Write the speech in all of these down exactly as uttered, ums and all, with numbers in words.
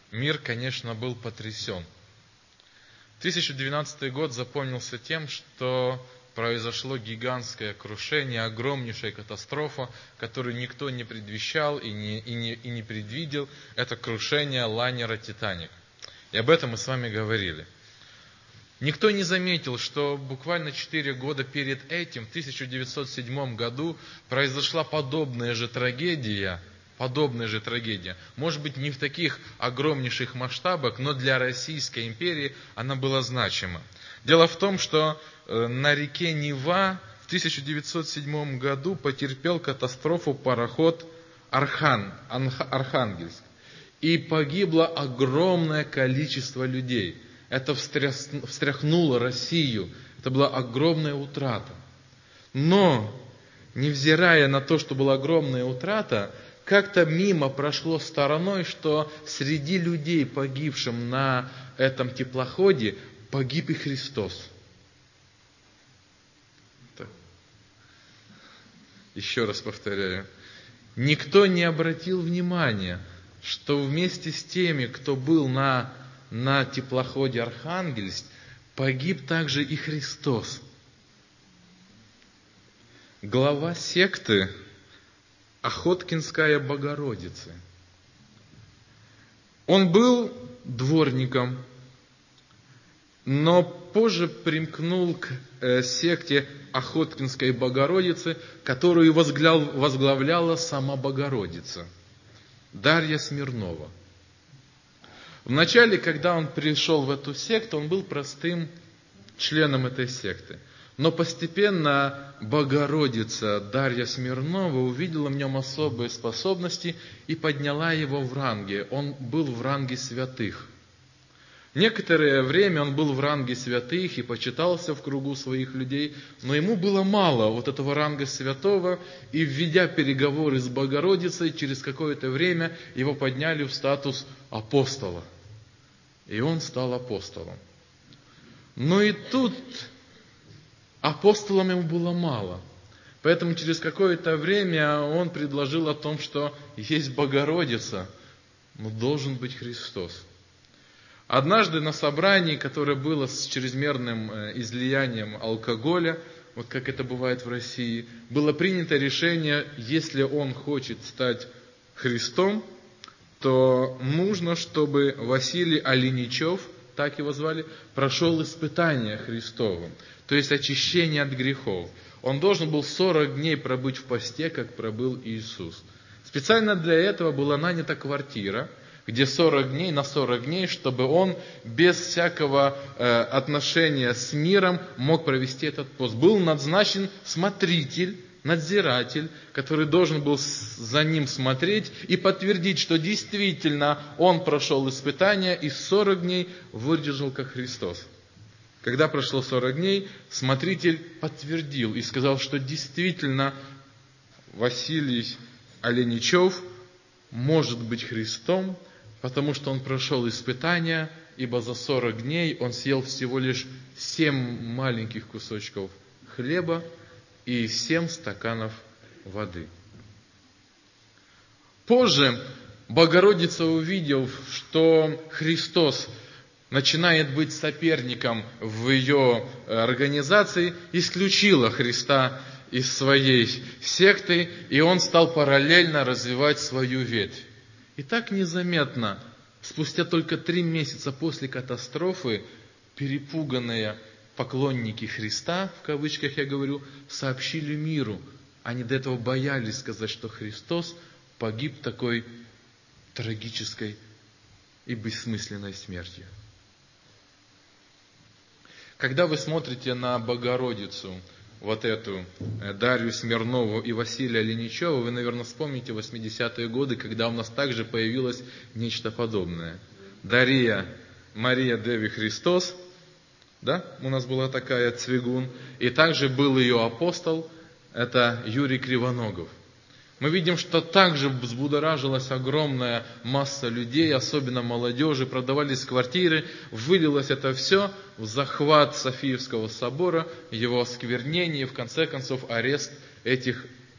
мир, конечно, был потрясен. тысяча девятнадцатый год запомнился тем, что произошло гигантское крушение, огромнейшая катастрофа, которую никто не предвещал и не, и не, и не предвидел. Это крушение лайнера «Титаник». И об этом мы с вами говорили. Никто не заметил, что буквально четыре года перед этим, в тысяча девятьсот седьмом году, произошла подобная же трагедия, подобная же трагедия. Может быть, не в таких огромнейших масштабах, но для Российской империи она была значима. Дело в том, что на реке Нева в тысяча девятьсот седьмом году потерпел катастрофу пароход Архан, Архангельск. И погибло огромное количество людей. Это встряхнуло Россию. Это была огромная утрата. Но, невзирая на то, что была огромная утрата, как-то мимо прошло стороной, что среди людей, погибших на этом теплоходе, погиб и Христос. Так. Еще раз повторяю. Никто не обратил внимания, что вместе с теми, кто был на, на теплоходе Архангельск, погиб также и Христос. Глава секты Охоткинская Богородица. Он был дворником, но позже примкнул к э, секте Охоткинской Богородицы, которую возглавляла сама Богородица, Дарья Смирнова. Вначале, когда он пришел в эту секту, он был простым членом этой секты. Но постепенно Богородица Дарья Смирнова увидела в нем особые способности и подняла его в ранге. Он был в ранге святых. Некоторое время он был в ранге святых и почитался в кругу своих людей, но ему было мало вот этого ранга святого, и, введя переговоры с Богородицей, через какое-то время его подняли в статус апостола. И он стал апостолом. Но и тут апостолам ему было мало. Поэтому через какое-то время он предложил о том, что есть Богородица, но должен быть Христос. Однажды на собрании, которое было с чрезмерным излиянием алкоголя, вот как это бывает в России, было принято решение, если он хочет стать Христом, то нужно, чтобы Василий Оленичев, так его звали, прошел испытание Христовым, то есть очищение от грехов. Он должен был сорок дней пробыть в посте, как пробыл Иисус. Специально для этого была нанята квартира, где сорок дней на сорок дней, чтобы он без всякого э, отношения с миром мог провести этот пост. Был назначен смотритель, надзиратель, который должен был за ним смотреть и подтвердить, что действительно он прошел испытание и сорок дней выдержал как Христос. Когда прошло сорок дней, смотритель подтвердил и сказал, что действительно Василий Оленичев может быть Христом, потому что он прошел испытания, ибо за сорок дней он съел всего лишь семь маленьких кусочков хлеба и семь стаканов воды. Позже Богородица, увидев, что Христос начинает быть соперником в ее организации, исключила Христа из своей секты, и он стал параллельно развивать свою ветвь. И так незаметно, спустя только три месяца после катастрофы, перепуганные поклонники Христа, в кавычках я говорю, сообщили миру. Они до этого боялись сказать, что Христос погиб такой трагической и бессмысленной смертью. Когда вы смотрите на Богородицу, вот эту Дарью Смирнову и Василия Оленичева, вы, наверное, вспомните восьмидесятые годы, когда у нас также появилось нечто подобное. Дария Мария Деви Христос, да, у нас была такая Цвигун, и также был ее апостол, это Юрий Кривоногов. Мы видим, что также взбудоражилась огромная масса людей, особенно молодежи, продавались квартиры, вылилось это все в захват Софиевского собора, его осквернение и, в конце концов, арест этих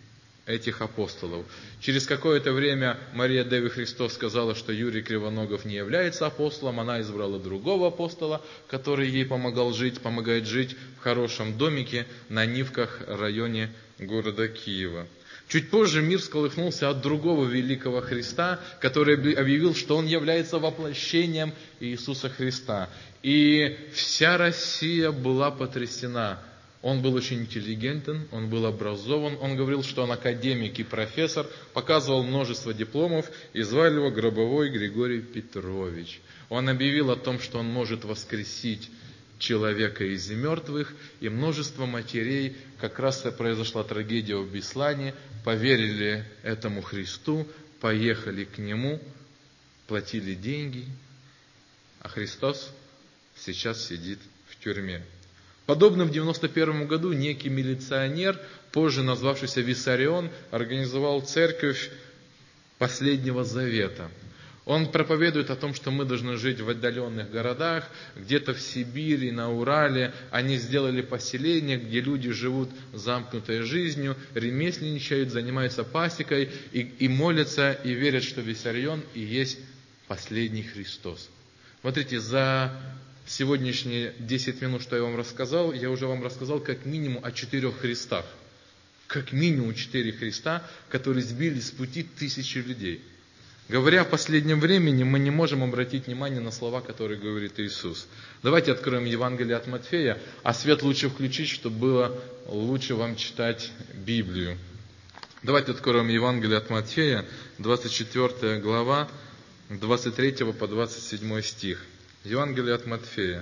этих апостолов. Через какое-то время Мария Деви Христос сказала, что Юрий Кривоногов не является апостолом, она избрала другого апостола, который ей помогал жить, помогает жить в хорошем домике на Нивках, районе города Киева. Чуть позже мир всколыхнулся от другого великого Христа, который объявил, что он является воплощением Иисуса Христа. И вся Россия была потрясена. Он был очень интеллигентен, он был образован, он говорил, что он академик и профессор, показывал множество дипломов, и звали его Гробовой Григорий Петрович. Он объявил о том, что он может воскресить человека из мертвых, и множество матерей, как раз произошла трагедия в Беслане, поверили этому Христу, поехали к Нему, платили деньги, а Христос сейчас сидит в тюрьме. Подобно в девяносто первом году некий милиционер, позже назвавшийся Виссарион, организовал церковь Последнего Завета. Он проповедует о том, что мы должны жить в отдаленных городах, где-то в Сибири, на Урале. Они сделали поселение, где люди живут замкнутой жизнью, ремесленничают, занимаются пасекой и, и молятся, и верят, что Виссарион и есть последний Христос. Смотрите, за сегодняшние десять минут, что я вам рассказал, я уже вам рассказал как минимум о четырех Христах. Как минимум четыре Христа, которые сбили с пути тысячи людей. Говоря о последнем времени, мы не можем обратить внимание на слова, которые говорит Иисус. Давайте откроем Евангелие от Матфея, а свет лучше включить, чтобы было лучше вам читать Библию. Давайте откроем Евангелие от Матфея, двадцать четвёртая глава, двадцать третьего по двадцать седьмой стих. Евангелие от Матфея.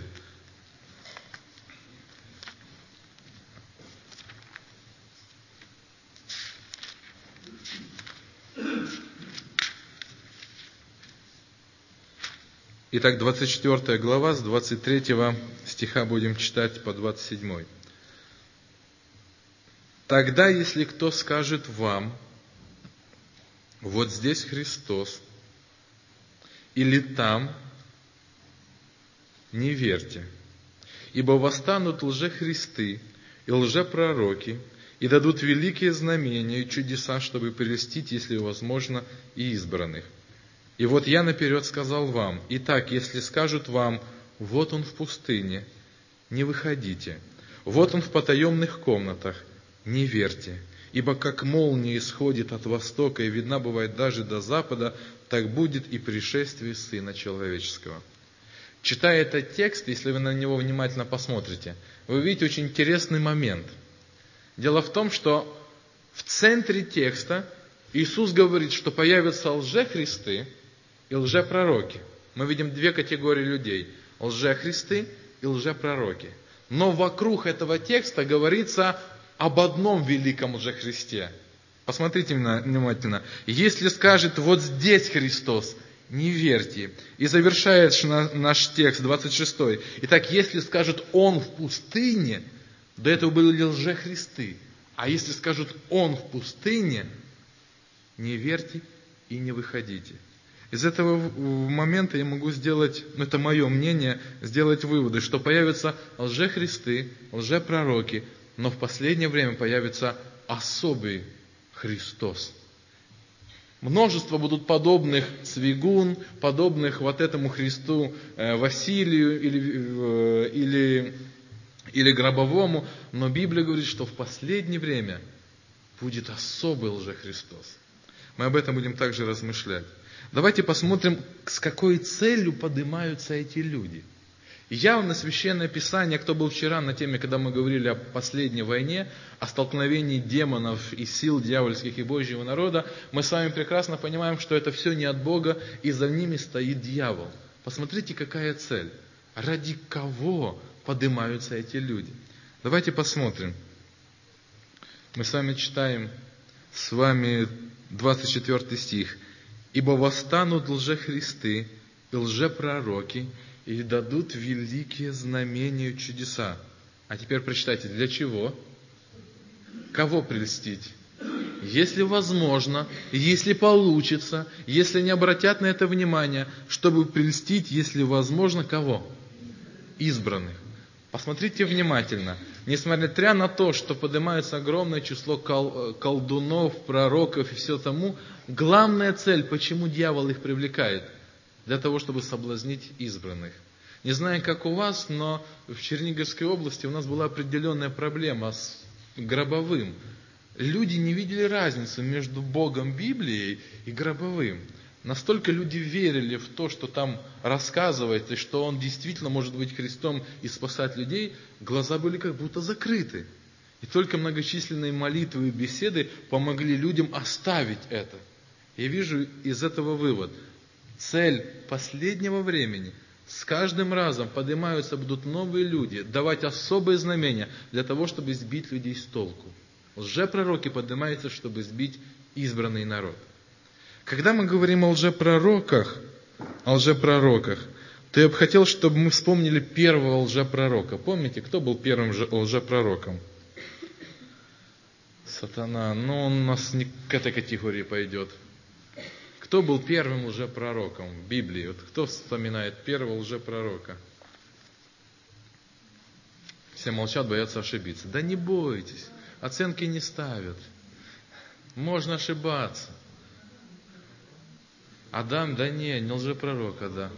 Итак, двадцать четвёртая глава, с двадцать третьего стиха будем читать по двадцать седьмой. «Тогда, если кто скажет вам, вот здесь Христос, или там, не верьте, ибо восстанут лжехристы и лжепророки, и дадут великие знамения и чудеса, чтобы прельстить, если возможно, и избранных. И вот я наперед сказал вам, итак, если скажут вам, вот он в пустыне, не выходите, вот он в потаенных комнатах, не верьте, ибо как молния исходит от востока и видна бывает даже до запада, так будет и пришествие Сына Человеческого». Читая этот текст, если вы на него внимательно посмотрите, вы увидите очень интересный момент. Дело в том, что в центре текста Иисус говорит, что появятся лжехристы и лжепророки. Мы видим две категории людей – лжехристы и лжепророки. Но вокруг этого текста говорится об одном великом лжехристе. Посмотрите внимательно. «Если скажет, вот здесь Христос, не верьте». И завершает наш текст, двадцать шестой. «Итак, если скажут, он в пустыне», до этого были лжехристы. А если скажут, он в пустыне, не верьте и не выходите. Из этого момента я могу сделать, это мое мнение, сделать выводы, что появятся лжехристы, лжепророки, но в последнее время появится особый Христос. Множество будут подобных Цвигун, подобных вот этому Христу Василию или, или, или Гробовому, но Библия говорит, что в последнее время будет особый лжехристос. Мы об этом будем также размышлять. Давайте посмотрим, с какой целью поднимаются эти люди. Явно Священное Писание, кто был вчера на теме, когда мы говорили о последней войне, о столкновении демонов и сил дьявольских и Божьего народа, мы с вами прекрасно понимаем, что это все не от Бога, и за ними стоит дьявол. Посмотрите, какая цель. Ради кого поднимаются эти люди? Давайте посмотрим. Мы с вами читаем с вами двадцать четвёртый стих. «Ибо восстанут лжехристы и лжепророки, и дадут великие знамения и чудеса». А теперь прочитайте, для чего? Кого прельстить? Если возможно, если получится, если не обратят на это внимание, чтобы прельстить, если возможно, кого? Избранных. Посмотрите внимательно. Несмотря на то, что поднимается огромное число кол- колдунов, пророков и все тому, главная цель, почему дьявол их привлекает? Для того, чтобы соблазнить избранных. Не знаю, как у вас, но в Черниговской области у нас была определенная проблема с гробовым. Люди не видели разницы между Богом Библией и гробовым. Настолько люди верили в то, что там рассказывается, и что Он действительно может быть Христом и спасать людей, глаза были как будто закрыты. И только многочисленные молитвы и беседы помогли людям оставить это. Я вижу из этого вывод. Цель последнего времени. С каждым разом поднимаются будут новые люди, давать особые знамения для того, чтобы сбить людей с толку. Лжепророки поднимаются, чтобы сбить избранный народ. Когда мы говорим о лжепророках, о лжепророках, то я бы хотел, чтобы мы вспомнили первого лжепророка. Помните, кто был первым лжепророком? Сатана. Но он у нас не к этой категории пойдет. Кто был первым лжепророком в Библии? Вот кто вспоминает первого лжепророка? Все молчат, боятся ошибиться. Да не бойтесь, оценки не ставят. Можно ошибаться. Адам, да не, не лжепророк, Адам.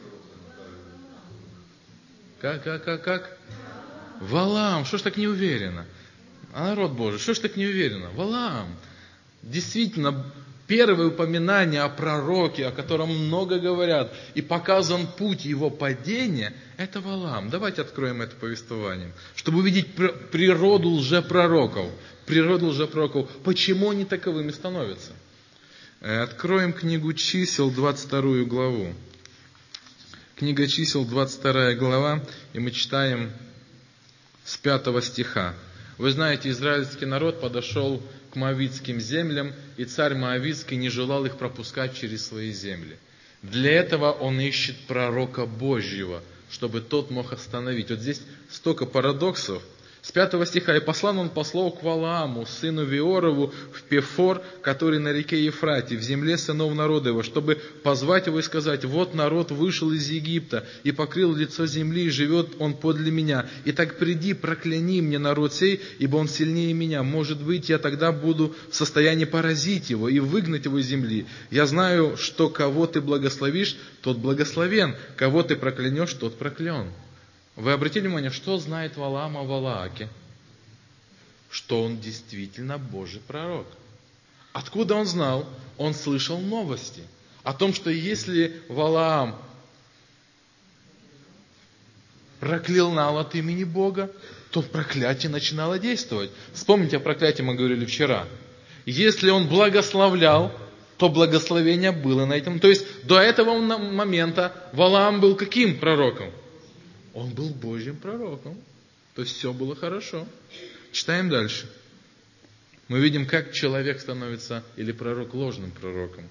Как, как, как, как? Валаам, что ж так не уверенно? А народ Божий, что ж так не уверенно? Валаам. Действительно, первое упоминание о пророке, о котором много говорят, и показан путь его падения, это Валаам. Давайте откроем это повествование, чтобы увидеть природу лжепророков. Природу лжепророков. Почему они таковыми становятся? Откроем книгу Чисел, двадцать вторую главу. Книга Чисел, двадцать вторая глава, и мы читаем с пятого стиха. Вы знаете, израильский народ подошел к моавитским землям, и царь моавитский не желал их пропускать через свои земли. Для этого он ищет пророка Божьего, чтобы тот мог остановить. Вот здесь столько парадоксов. С пятого стиха. «И послал он послов к Валааму, сыну Виорову, в Пефор, который на реке Ефрате, в земле сынов народа его, чтобы позвать его и сказать: вот народ вышел из Египта, и покрыл лицо земли, и живет он подле меня. Итак, приди, прокляни мне народ сей, ибо он сильнее меня. Может быть, я тогда буду в состоянии поразить его и выгнать его из земли. Я знаю, что кого ты благословишь, тот благословен, кого ты проклянешь, тот проклен». Вы обратили внимание, что знает Валаам о Валааке? Что он действительно Божий пророк. Откуда он знал? Он слышал новости о том, что если Валаам проклял от имени Бога, то проклятие начинало действовать. Вспомните, о проклятии мы говорили вчера. Если он благословлял, то благословение было на этом. То есть до этого момента Валаам был каким пророком? Он был Божьим пророком. То есть все было хорошо. Читаем дальше. Мы видим, как человек становится, или пророк, ложным пророком.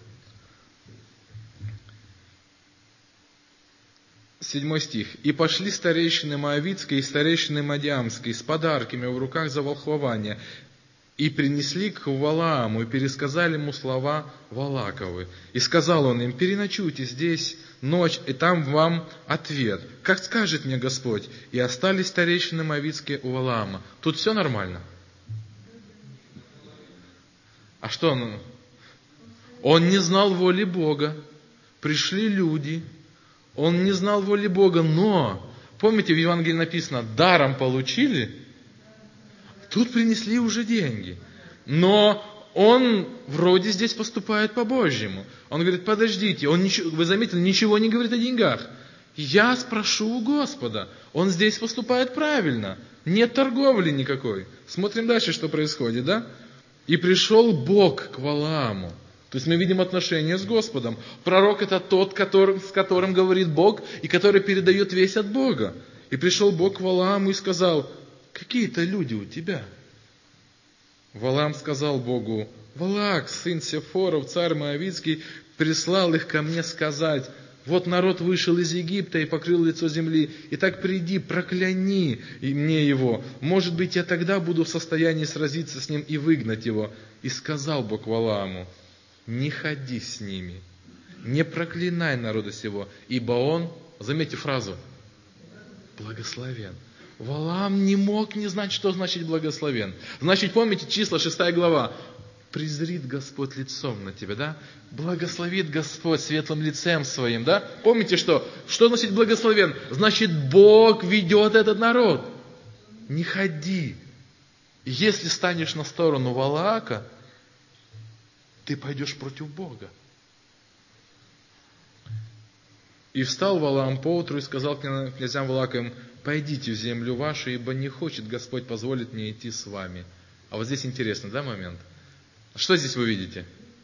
Седьмой стих. «И пошли старейшины Моавитские и старейшины Мадиамские с подарками в руках за волхвование, и принесли к Валааму, и пересказали ему слова Валаковы. И сказал он им: переночуйте здесь ночь, и там вам ответ. Как скажет мне Господь. И остались старейшины Моавитские у Валаама». Тут все нормально? А что он? Он не знал воли Бога. Пришли люди. Он не знал воли Бога, но, помните, в Евангелии написано: даром получили. Тут принесли уже деньги. Но он вроде здесь поступает по-божьему. Он говорит: подождите, он ничего, вы заметили, ничего не говорит о деньгах. Я спрошу у Господа. Он здесь поступает правильно. Нет торговли никакой. Смотрим дальше, что происходит, да? «И пришел Бог к Валааму». То есть мы видим отношения с Господом. Пророк — это тот, который, с которым говорит Бог, и который передает весть от Бога. «И пришел Бог к Валааму и сказал: какие-то люди у тебя». Валаам сказал Богу: Валаак, сын Сефоров, царь Моавитский, прислал их ко мне сказать: вот народ вышел из Египта и покрыл лицо земли. Итак, приди, прокляни мне его. Может быть, я тогда буду в состоянии сразиться с ним и выгнать его. И сказал Бог Валааму: не ходи с ними, не проклинай народа сего, ибо он, заметьте фразу, благословен. Валаам не мог не знать, что значит благословен. Значит, помните, числа шестая глава. Презрит Господь лицом на тебя, да? Благословит Господь светлым лицем своим, да? Помните, что? Что значит благословен? Значит, Бог ведет этот народ. Не ходи. Если станешь на сторону Валаака, ты пойдешь против Бога. И встал Валаам поутру и сказал князям Валааковым: пойдите в землю вашу, ибо не хочет Господь позволить мне идти с вами. А вот здесь интересный, да, момент? Что здесь вы видите?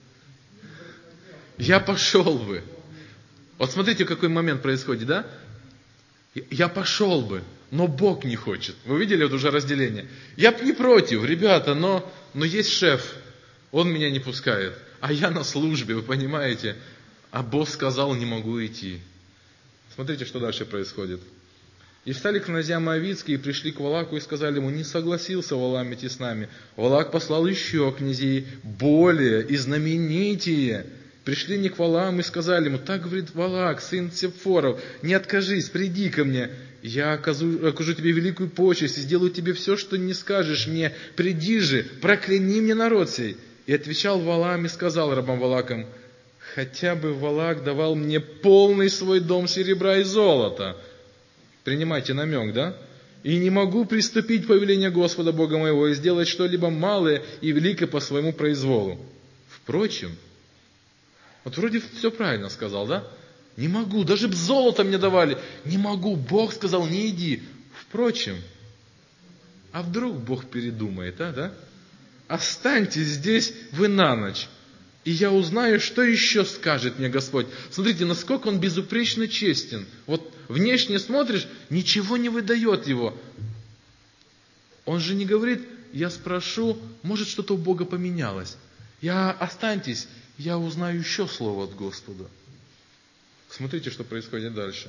Я пошел бы. Вот смотрите, какой момент происходит, да? Я пошел бы, но Бог не хочет. Вы видели вот уже разделение? Я бы не против, ребята, но, но есть шеф, он меня не пускает. А я на службе, вы понимаете? А босс сказал, не могу идти. Смотрите, что дальше происходит. И встали князья Моавитские и пришли к Валааку и сказали ему: не согласился Валаам идти с нами. Валаак послал еще князей, более и знаменитее. Пришли не к Валааму и сказали ему: так говорит Валаак, сын Сепфоров, не откажись, приди ко мне. Я окажу, окажу тебе великую почесть и сделаю тебе все, что не скажешь мне. Приди же, прокляни мне народ сей. И отвечал Валаам и сказал рабам Валаакам: хотя бы Валаак давал мне полный свой дом серебра и золота. Принимайте намек, да? И не могу приступить к повелению Господа Бога моего и сделать что-либо малое и великое по своему произволу. Впрочем, вот вроде все правильно сказал, да? Не могу, даже б золото мне давали. Не могу, Бог сказал, не иди. Впрочем, а вдруг Бог передумает, а, да? Останьтесь здесь вы на ночь, и я узнаю, что еще скажет мне Господь. Смотрите, насколько Он безупречно честен. Вот внешне смотришь, ничего не выдает его. Он же не говорит: я спрошу, может что-то у Бога поменялось. Я останьтесь, я узнаю еще слово от Господа. Смотрите, что происходит дальше.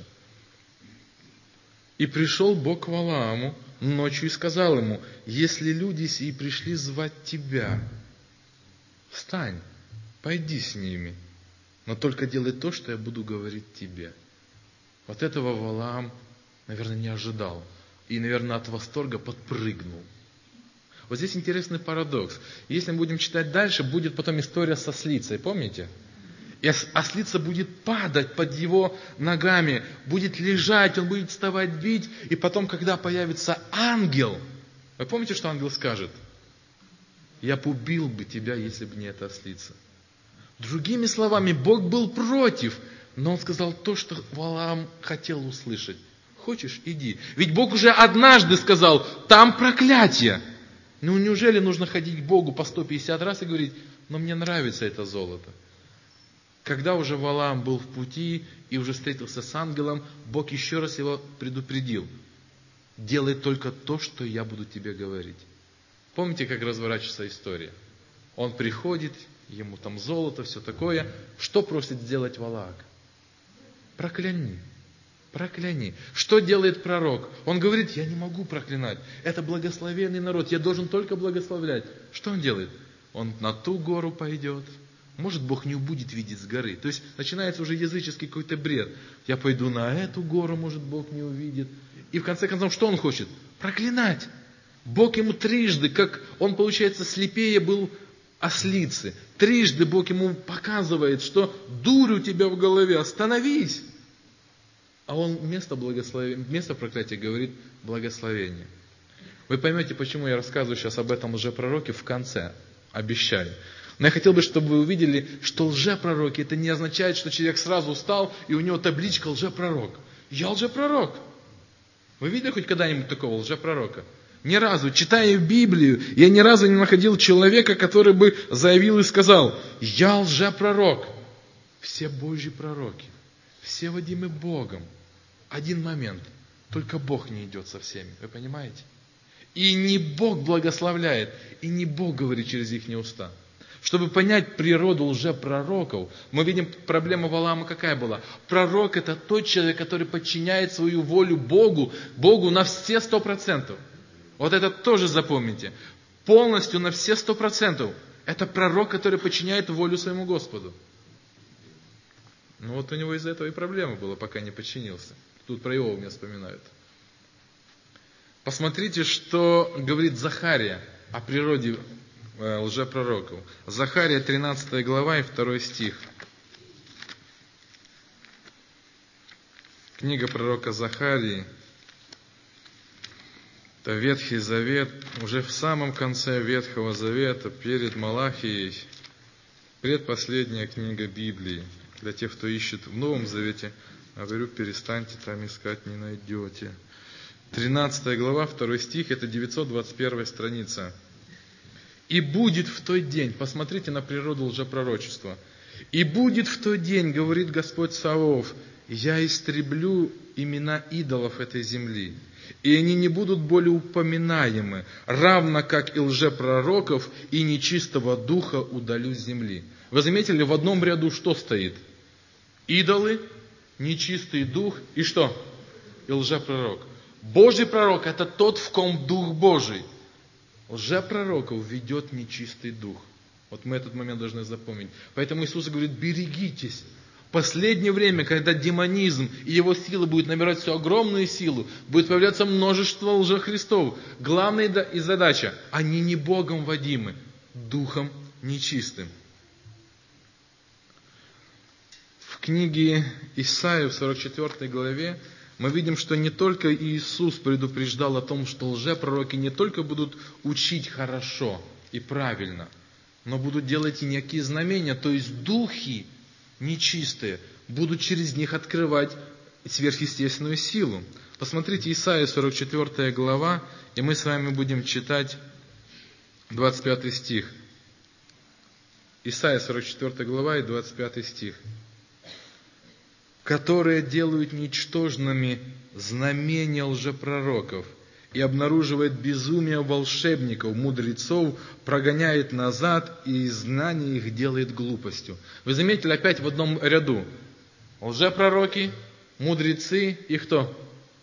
И пришел Бог к Валааму ночью и сказал ему: если люди сии пришли звать тебя, встань, пойди с ними, но только делай то, что я буду говорить тебе. Вот этого Валаам, наверное, не ожидал. И, наверное, от восторга подпрыгнул. Вот здесь интересный парадокс. Если мы будем читать дальше, будет потом история со ослицей, помните? И ослица будет падать под его ногами, будет лежать, он будет вставать, бить. И потом, когда появится ангел, вы помните, что ангел скажет? Я бы убил бы тебя, если бы не эта ослица. Другими словами, Бог был против, но Он сказал то, что Валаам хотел услышать. Хочешь, иди. Ведь Бог уже однажды сказал: там проклятие. Ну неужели нужно ходить к Богу по сто пятьдесят раз и говорить: но мне нравится это золото? Когда уже Валаам был в пути и уже встретился с ангелом, Бог еще раз его предупредил: делай только то, что я буду тебе говорить. Помните, как разворачивается история? Он приходит, ему там золото, все такое. Что просит сделать Валаак? Прокляни. Прокляни. Что делает пророк? Он говорит: я не могу проклинать. Это благословенный народ. Я должен только благословлять. Что он делает? Он на ту гору пойдет. Может, Бог не будет видеть с горы. То есть начинается уже языческий какой-то бред. Я пойду на эту гору, может, Бог не увидит. И в конце концов, что он хочет? Проклинать. Бог ему трижды, как он, получается, слепее был ослицы. Трижды Бог ему показывает, что дурь у тебя в голове, остановись. А он вместо, благословения, вместо проклятия говорит благословение. Вы поймете, почему я рассказываю сейчас об этом лжепророке в конце. Обещаю. Но я хотел бы, чтобы вы увидели, что лжепророки, это не означает, что человек сразу встал, и у него табличка лжепророк. Я лжепророк. Вы видели хоть когда-нибудь такого лжепророка? Ни разу, читая Библию, я ни разу не находил человека, который бы заявил и сказал: я лжепророк. Все Божьи пророки, все водимы Богом. Один момент, только Бог не идет со всеми, вы понимаете? И не Бог благословляет, и не Бог говорит через их уста. Чтобы понять природу лжепророков, мы видим, проблема Валаама какая была. Пророк — это тот человек, который подчиняет свою волю Богу, Богу на все сто процентов. Вот это тоже запомните. Полностью на все сто процентов. Это пророк, который подчиняет волю своему Господу. Ну вот у него из-за этого и проблема была, пока не подчинился. Тут про Иова меня вспоминают. Посмотрите, что говорит Захария о природе лжепророков. Захария тринадцатая глава и второй стих. Книга пророка Захарии. Это Ветхий Завет, уже в самом конце Ветхого Завета, перед Малахией, предпоследняя книга Библии. Для тех, кто ищет в Новом Завете, говорю, перестаньте там искать, не найдете. тринадцатая глава, второй стих, это девятьсот двадцать первая страница. «И будет в тот день», посмотрите на природу лжепророчества, «И будет в тот день, говорит Господь Саваоф, я истреблю имена идолов этой земли, и они не будут более упоминаемы, равно как и лжепророков, и нечистого духа удалю с земли». Вы заметили, в одном ряду что стоит? Идолы, нечистый дух и что? И лжепророк. Божий пророк – это тот, в ком Дух Божий. Лжепророков ведет нечистый дух. Вот мы этот момент должны запомнить. Поэтому Иисус говорит, берегитесь. В последнее время, когда демонизм и его сила будет набирать всю огромную силу, будет появляться множество лжехристов. Главная и задача – они не Богом водимы, духом нечистым. В книге Исаии в сорок четвёртой главе мы видим, что не только Иисус предупреждал о том, что лжепророки не только будут учить хорошо и правильно, но будут делать и некие знамения, то есть духи нечистые будут через них открывать сверхъестественную силу. Посмотрите, Исаия сорок четвёртая глава, и мы с вами будем читать двадцать пятый стих. Исаия сорок четвёртая глава и двадцать пятый стих. «Которые делают ничтожными знамения лжепророков и обнаруживает безумие волшебников, мудрецов, прогоняет назад и знание их делает глупостью». Вы заметили опять в одном ряду? Лжепророки, мудрецы и кто?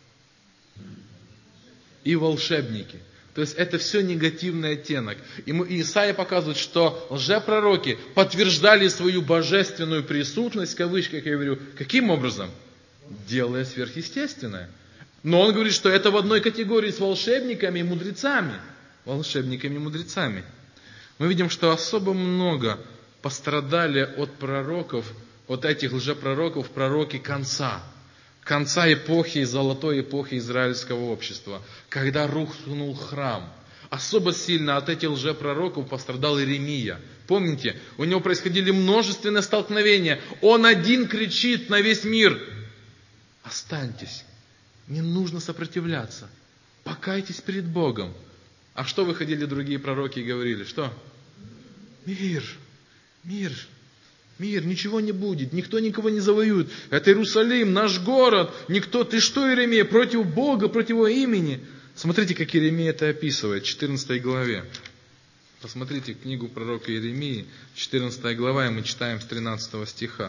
И волшебники. То есть это все негативный оттенок. И Исаия показывает, что лжепророки подтверждали свою божественную присутность, в кавычках я говорю, каким образом? Делая сверхъестественное. Но он говорит, что это в одной категории с волшебниками и мудрецами. Волшебниками и мудрецами. Мы видим, что особо много пострадали от пророков, от этих лжепророков, пророки конца. Конца эпохи, золотой эпохи израильского общества, когда рухнул храм. Особо сильно от этих лжепророков пострадал Иеремия. Помните, у него происходили множественные столкновения. Он один кричит на весь мир: останьтесь, не нужно сопротивляться, покайтесь перед Богом. А что выходили другие пророки и говорили? Что? Мир, мир. Мир, ничего не будет, никто никого не завоюет. Это Иерусалим, наш город. Никто, ты что, Иеремия, против Бога, против Его имени? Смотрите, как Иеремия это описывает в четырнадцатой главе. Посмотрите книгу пророка Иеремии, четырнадцатая глава, и мы читаем с тринадцатого стиха.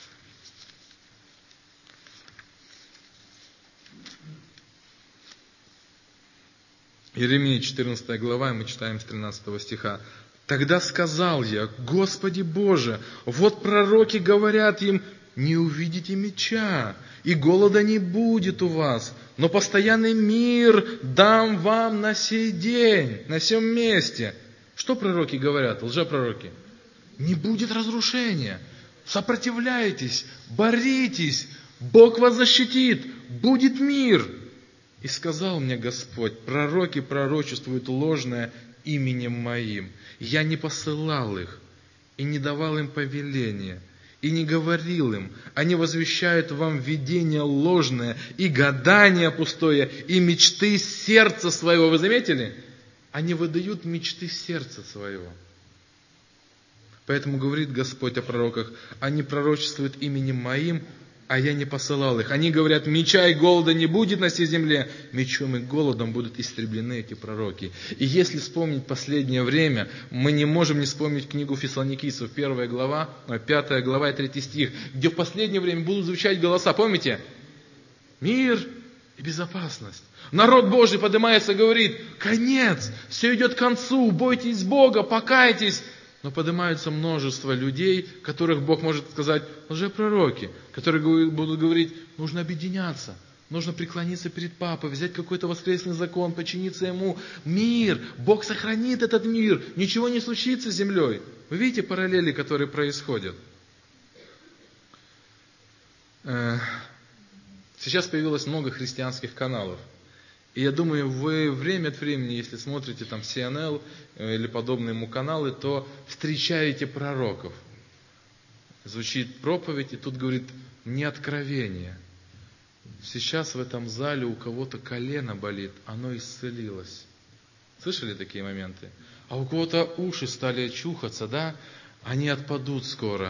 Иеремия, четырнадцатая глава, и мы читаем с тринадцатого стиха. «Тогда сказал я: Господи Боже, вот пророки говорят им: не увидите меча, и голода не будет у вас, но постоянный мир дам вам на сей день, на сем месте». Что пророки говорят, лжепророки? Не будет разрушения, сопротивляйтесь, боритесь, Бог вас защитит, будет мир. И сказал мне Господь: пророки пророчествуют ложное именем моим. Я не посылал их, и не давал им повеления, и не говорил им. Они возвещают вам видение ложное, и гадание пустое, и мечты сердца своего. Вы заметили? Они выдают мечты сердца своего. Поэтому говорит Господь о пророках: они пророчествуют именем моим, а я не посылал их. Они говорят: меча и голода не будет на всей земле. Мечом и голодом будут истреблены эти пророки. И если вспомнить последнее время, мы не можем не вспомнить книгу Фессалоникийцев, первая глава, пятая глава и третий стих, где в последнее время будут звучать голоса. Помните? Мир и безопасность. Народ Божий поднимается и говорит: конец, все идет к концу, бойтесь Бога, покайтесь. Но поднимаются множество людей, которых Бог может сказать лжепророки, которые будут говорить: нужно объединяться, Нужно преклониться перед папой, взять какой-то воскресный закон, подчиниться ему. Мир! Бог сохранит этот мир. Ничего не случится с землей. Вы видите параллели, которые происходят? Сейчас появилось много христианских каналов. И я думаю, вы время от времени, если смотрите там си эн эл или подобные ему каналы, то встречаете пророков. Звучит проповедь, и тут говорит, не откровение. Сейчас в этом зале у кого-то колено болит, оно исцелилось. Слышали такие моменты? А у кого-то уши стали чухаться, да? Они отпадут скоро.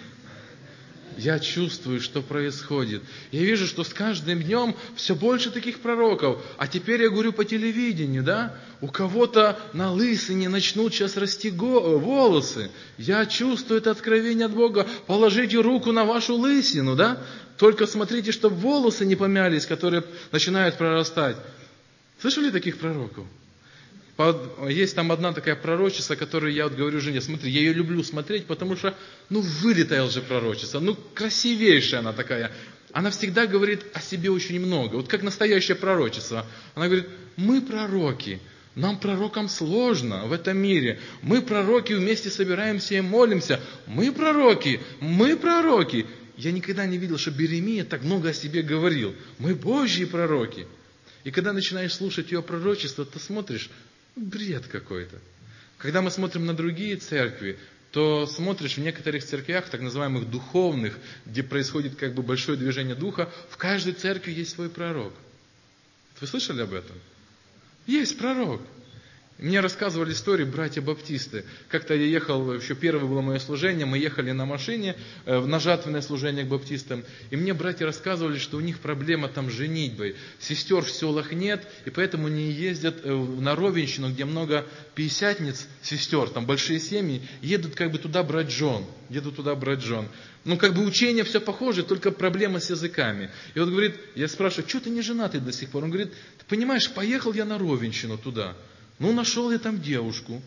Я чувствую, что происходит. Я вижу, что с каждым днем все больше таких пророков. А теперь я говорю по телевидению, да? У кого-то на лысине начнут сейчас расти волосы. Я чувствую это откровение от Бога. Положите руку на вашу лысину, да? Только смотрите, чтобы волосы не помялись, которые начинают прорастать. Слышали таких пророков? Есть там одна такая пророчица, которую я вот говорю жене, смотри, я ее люблю смотреть, потому что, ну, вылитая лжепророчица, ну, красивейшая она такая. Она всегда говорит о себе очень много, вот как настоящая пророчица. Она говорит, мы пророки, нам пророкам сложно в этом мире. Мы пророки, вместе собираемся и молимся. Мы пророки, мы пророки. Я никогда не видел, чтобы Иеремия так много о себе говорил. Мы Божьи пророки. И когда начинаешь слушать ее пророчество, ты смотришь, бред какой-то. Когда мы смотрим на другие церкви, то смотришь в некоторых церквях, так называемых духовных, где происходит как бы большое движение духа, в каждой церкви есть свой пророк. Вы слышали об этом? Есть пророк. Мне рассказывали истории братья-баптисты. Как-то я ехал, еще первое было мое служение, мы ехали на машине, на жатвенное служение к баптистам, и мне братья рассказывали, что у них проблема там с женитьбой. Сестер в селах нет, и поэтому они ездят на Ровенщину, где много пятидесятниц, сестер, там большие семьи, едут как бы туда брать жен. Едут туда брать жен. Ну, как бы учение все похоже, только проблема с языками. И вот говорит, я спрашиваю, что ты не женатый до сих пор? Он говорит, ты понимаешь, поехал я на Ровенщину туда. Ну, нашел я там девушку.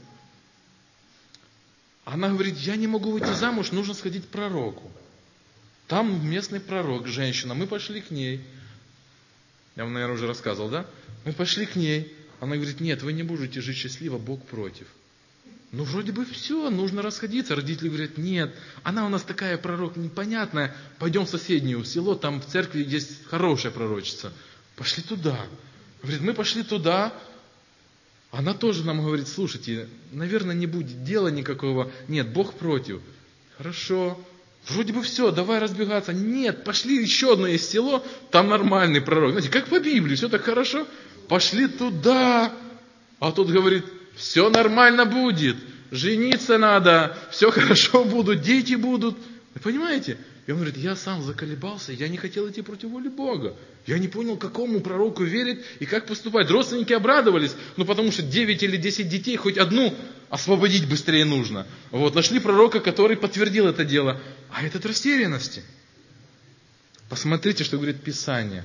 Она говорит, я не могу выйти замуж, нужно сходить к пророку. Там местный пророк, женщина, мы пошли к ней. Я вам, наверное, уже рассказывал, да? Мы пошли к ней. Она говорит, нет, вы не будете жить счастливо, Бог против. Ну, вроде бы все, нужно расходиться. Родители говорят, нет, она у нас такая пророк непонятная, пойдем в соседнее село, там в церкви есть хорошая пророчица. Пошли туда. Говорит, мы пошли туда. Она тоже нам говорит, слушайте, наверное, не будет дела никакого. Нет, Бог против. Хорошо. Вроде бы все, давай разбегаться. Нет, пошли еще одно есть село, там нормальный пророк. Знаете, как по Библии, все так хорошо. Пошли туда. А тут говорит, все нормально будет. Жениться надо, все хорошо будут, дети будут. Вы понимаете? И он говорит, я сам заколебался, я не хотел идти против воли Бога. Я не понял, какому пророку верить и как поступать. Родственники обрадовались, ну потому что девять или десять детей, хоть одну освободить быстрее нужно. Вот, нашли пророка, который подтвердил это дело. А этот в растерянности. Посмотрите, что говорит Писание.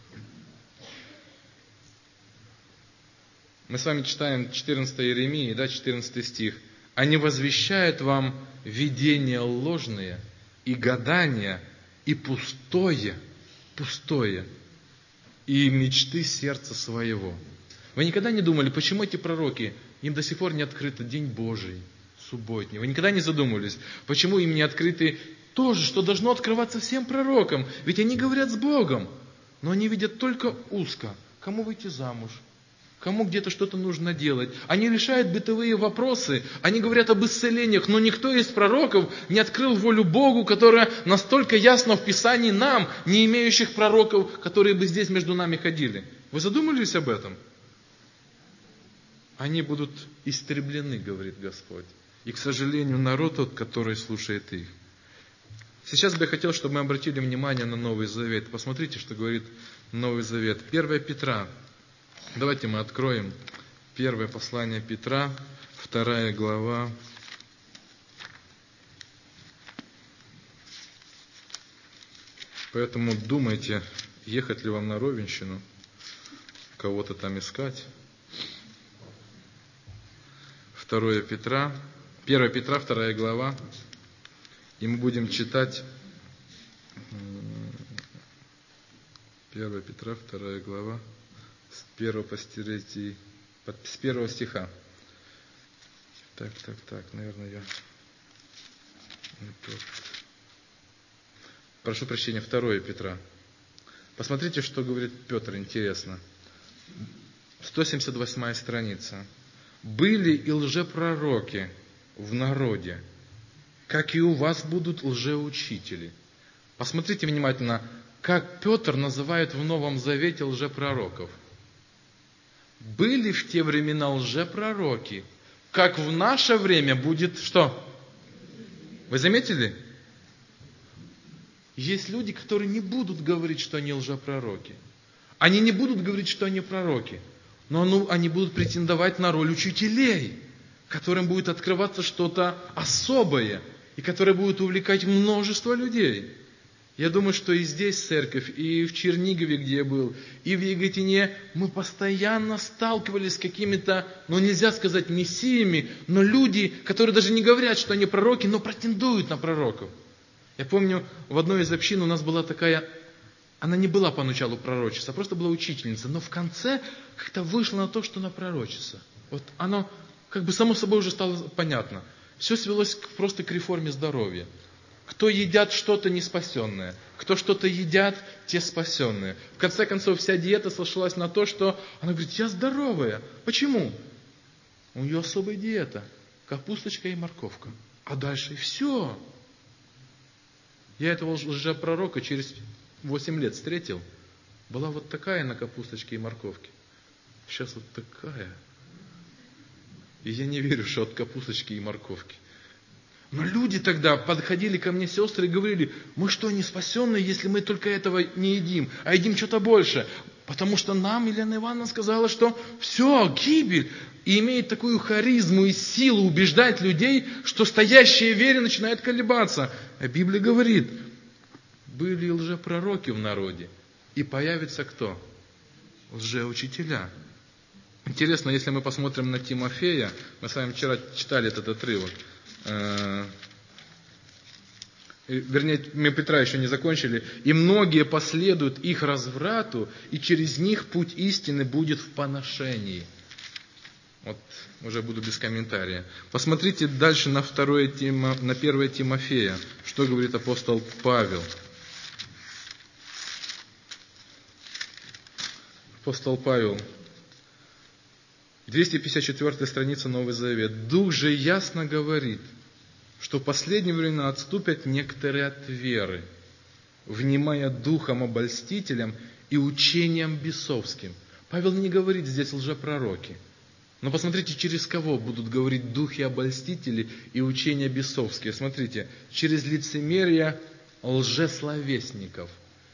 Мы с вами читаем четырнадцатое Иеремии, да, четырнадцатый стих. Они возвещают вам видения ложные, и гадания, и пустое, пустое, и мечты сердца своего. Вы никогда не думали, почему эти пророки, им до сих пор не открыт день Божий, субботний? Вы никогда не задумывались, почему им не открыты то же, что должно открываться всем пророкам? Ведь они говорят с Богом, но они видят только узко. Кому выйти замуж? Кому где-то что-то нужно делать. Они решают бытовые вопросы, они говорят об исцелениях, но никто из пророков не открыл волю Богу, которая настолько ясна в Писании нам, не имеющих пророков, которые бы здесь между нами ходили. Вы задумались об этом? Они будут истреблены, говорит Господь. И, к сожалению, народ тот, который слушает их. Сейчас бы я хотел, чтобы мы обратили внимание на Новый Завет. Посмотрите, что говорит Новый Завет. первое Петра. Давайте мы откроем первое послание Петра, вторая глава. Поэтому думайте, ехать ли вам на Ровенщину, кого-то там искать. второе Петра, первое Петра, вторая глава. И мы будем читать первое Петра, вторая глава, с первого по третий, с первого стиха. Так, так, так, наверное, я не тот. Прошу прощения, второе Петра. Посмотрите, что говорит Петр, интересно. сто семьдесят восьмая страница. «Были и лжепророки в народе, как и у вас будут лжеучители». Посмотрите внимательно, как Петр называет в Новом Завете лжепророков. Были в те времена лжепророки, как в наше время будет что? Вы заметили? Есть люди, которые не будут говорить, что они лжепророки. Они не будут говорить, что они пророки. Но ну, они будут претендовать на роль учителей, которым будет открываться что-то особое, и которое будет увлекать множество людей. Я думаю, что и здесь церковь, и в Чернигове, где я был, и в Яготине, мы постоянно сталкивались с какими-то, ну нельзя сказать мессиями, но люди, которые даже не говорят, что они пророки, но претендуют на пророков. Я помню, в одной из общин у нас была такая, она не была поначалу пророчица, а просто была учительница, но в конце как-то вышло на то, что она пророчица. Вот оно как бы само собой уже стало понятно. Все свелось к, просто к реформе здоровья. Кто едят что-то неспасенное, кто что-то едят, те спасенные. В конце концов, вся диета сошлась на то, что она говорит, я здоровая. Почему? У нее особая диета. Капусточка и морковка. А дальше и все. Я этого лжепророка через восемь лет встретил. Была вот такая на капусточке и морковке. Сейчас вот такая. И я не верю, что от капусточки и морковки. Но люди тогда подходили ко мне, сестры, и говорили, мы что, не спасенные, если мы только этого не едим, а едим что-то больше? Потому что нам Елена Ивановна сказала, что все, гибель. И имеет такую харизму и силу убеждать людей, что стоящие в вере начинают колебаться. А Библия говорит, были лжепророки в народе. И появится кто? Лжеучителя. Интересно, если мы посмотрим на Тимофея, мы с вами вчера читали этот отрывок. Вернее, мы Петра еще не закончили. И многие последуют их разврату, и через них путь истины будет в поношении. Вот уже буду без комментария. Посмотрите дальше на второе Тимо, на первое Тимофея, что говорит апостол Павел. Апостол Павел, двести пятьдесят четвёртая страница, Новый Завет. «Дух же ясно говорит, что в последнее время отступят некоторые от веры, внимая духом обольстителям и учением бесовским». Павел не говорит здесь лжепророки. Но посмотрите, через кого будут говорить духи обольстители и учения бесовские. Смотрите, через лицемерие лжесловесников,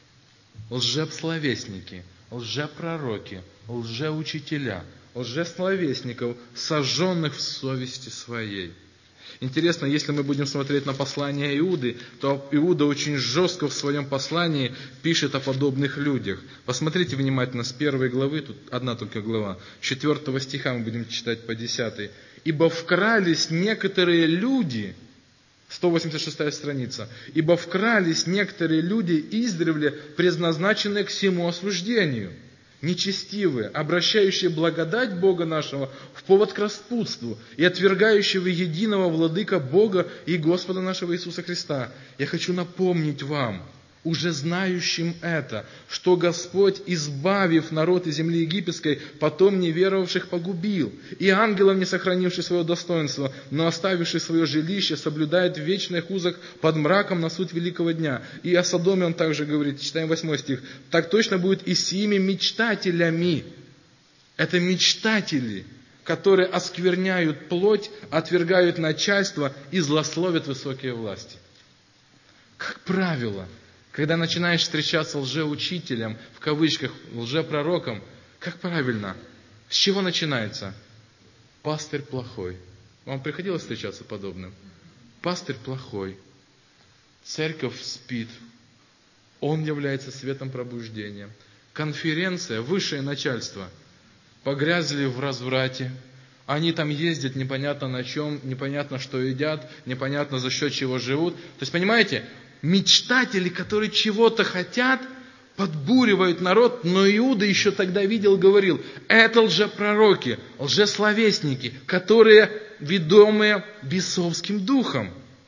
лжесловесники, лжепророки, лжеучителя, лжесловесников, сожженных в совести своей. Интересно, если мы будем смотреть на послание Иуды, то Иуда очень жестко в своем послании пишет о подобных людях. Посмотрите внимательно с первой главы, тут одна только глава, с четвертого стиха мы будем читать по десятый. «Ибо вкрались некоторые люди», сто восемьдесят шестая страница, «ибо вкрались некоторые люди издревле, предназначенные к всему осуждению, нечестивые, обращающие благодать Бога нашего в повод к распутству и отвергающего единого владыка Бога и Господа нашего Иисуса Христа». Я хочу напомнить вам, уже знающим это, что Господь, избавив народ из земли египетской, потом неверовавших погубил, и ангелов, не сохранивших свое достоинство, но оставивших свое жилище, соблюдает в вечных узах под мраком на суд великого дня. И о Содоме он также говорит, читаем восьмой стих, «Так точно будет и с ими мечтателями». Это мечтатели, которые оскверняют плоть, отвергают начальство и злословят высокие власти. Как правило, когда начинаешь встречаться лжеучителем, в кавычках, лжепророком, как правильно? С чего начинается? Пастырь плохой. Вам приходилось встречаться подобным? Пастырь плохой. Церковь спит. Он является светом пробуждения. Конференция, высшее начальство погрязли в разврате. Они там ездят непонятно на чем, непонятно что едят, непонятно за счет чего живут. То есть, понимаете, мечтатели, которые чего-то хотят, подбуривают народ, но Иуда еще тогда видел, говорил, это лжепророки, лжесловесники, которые ведомые бесовским духом.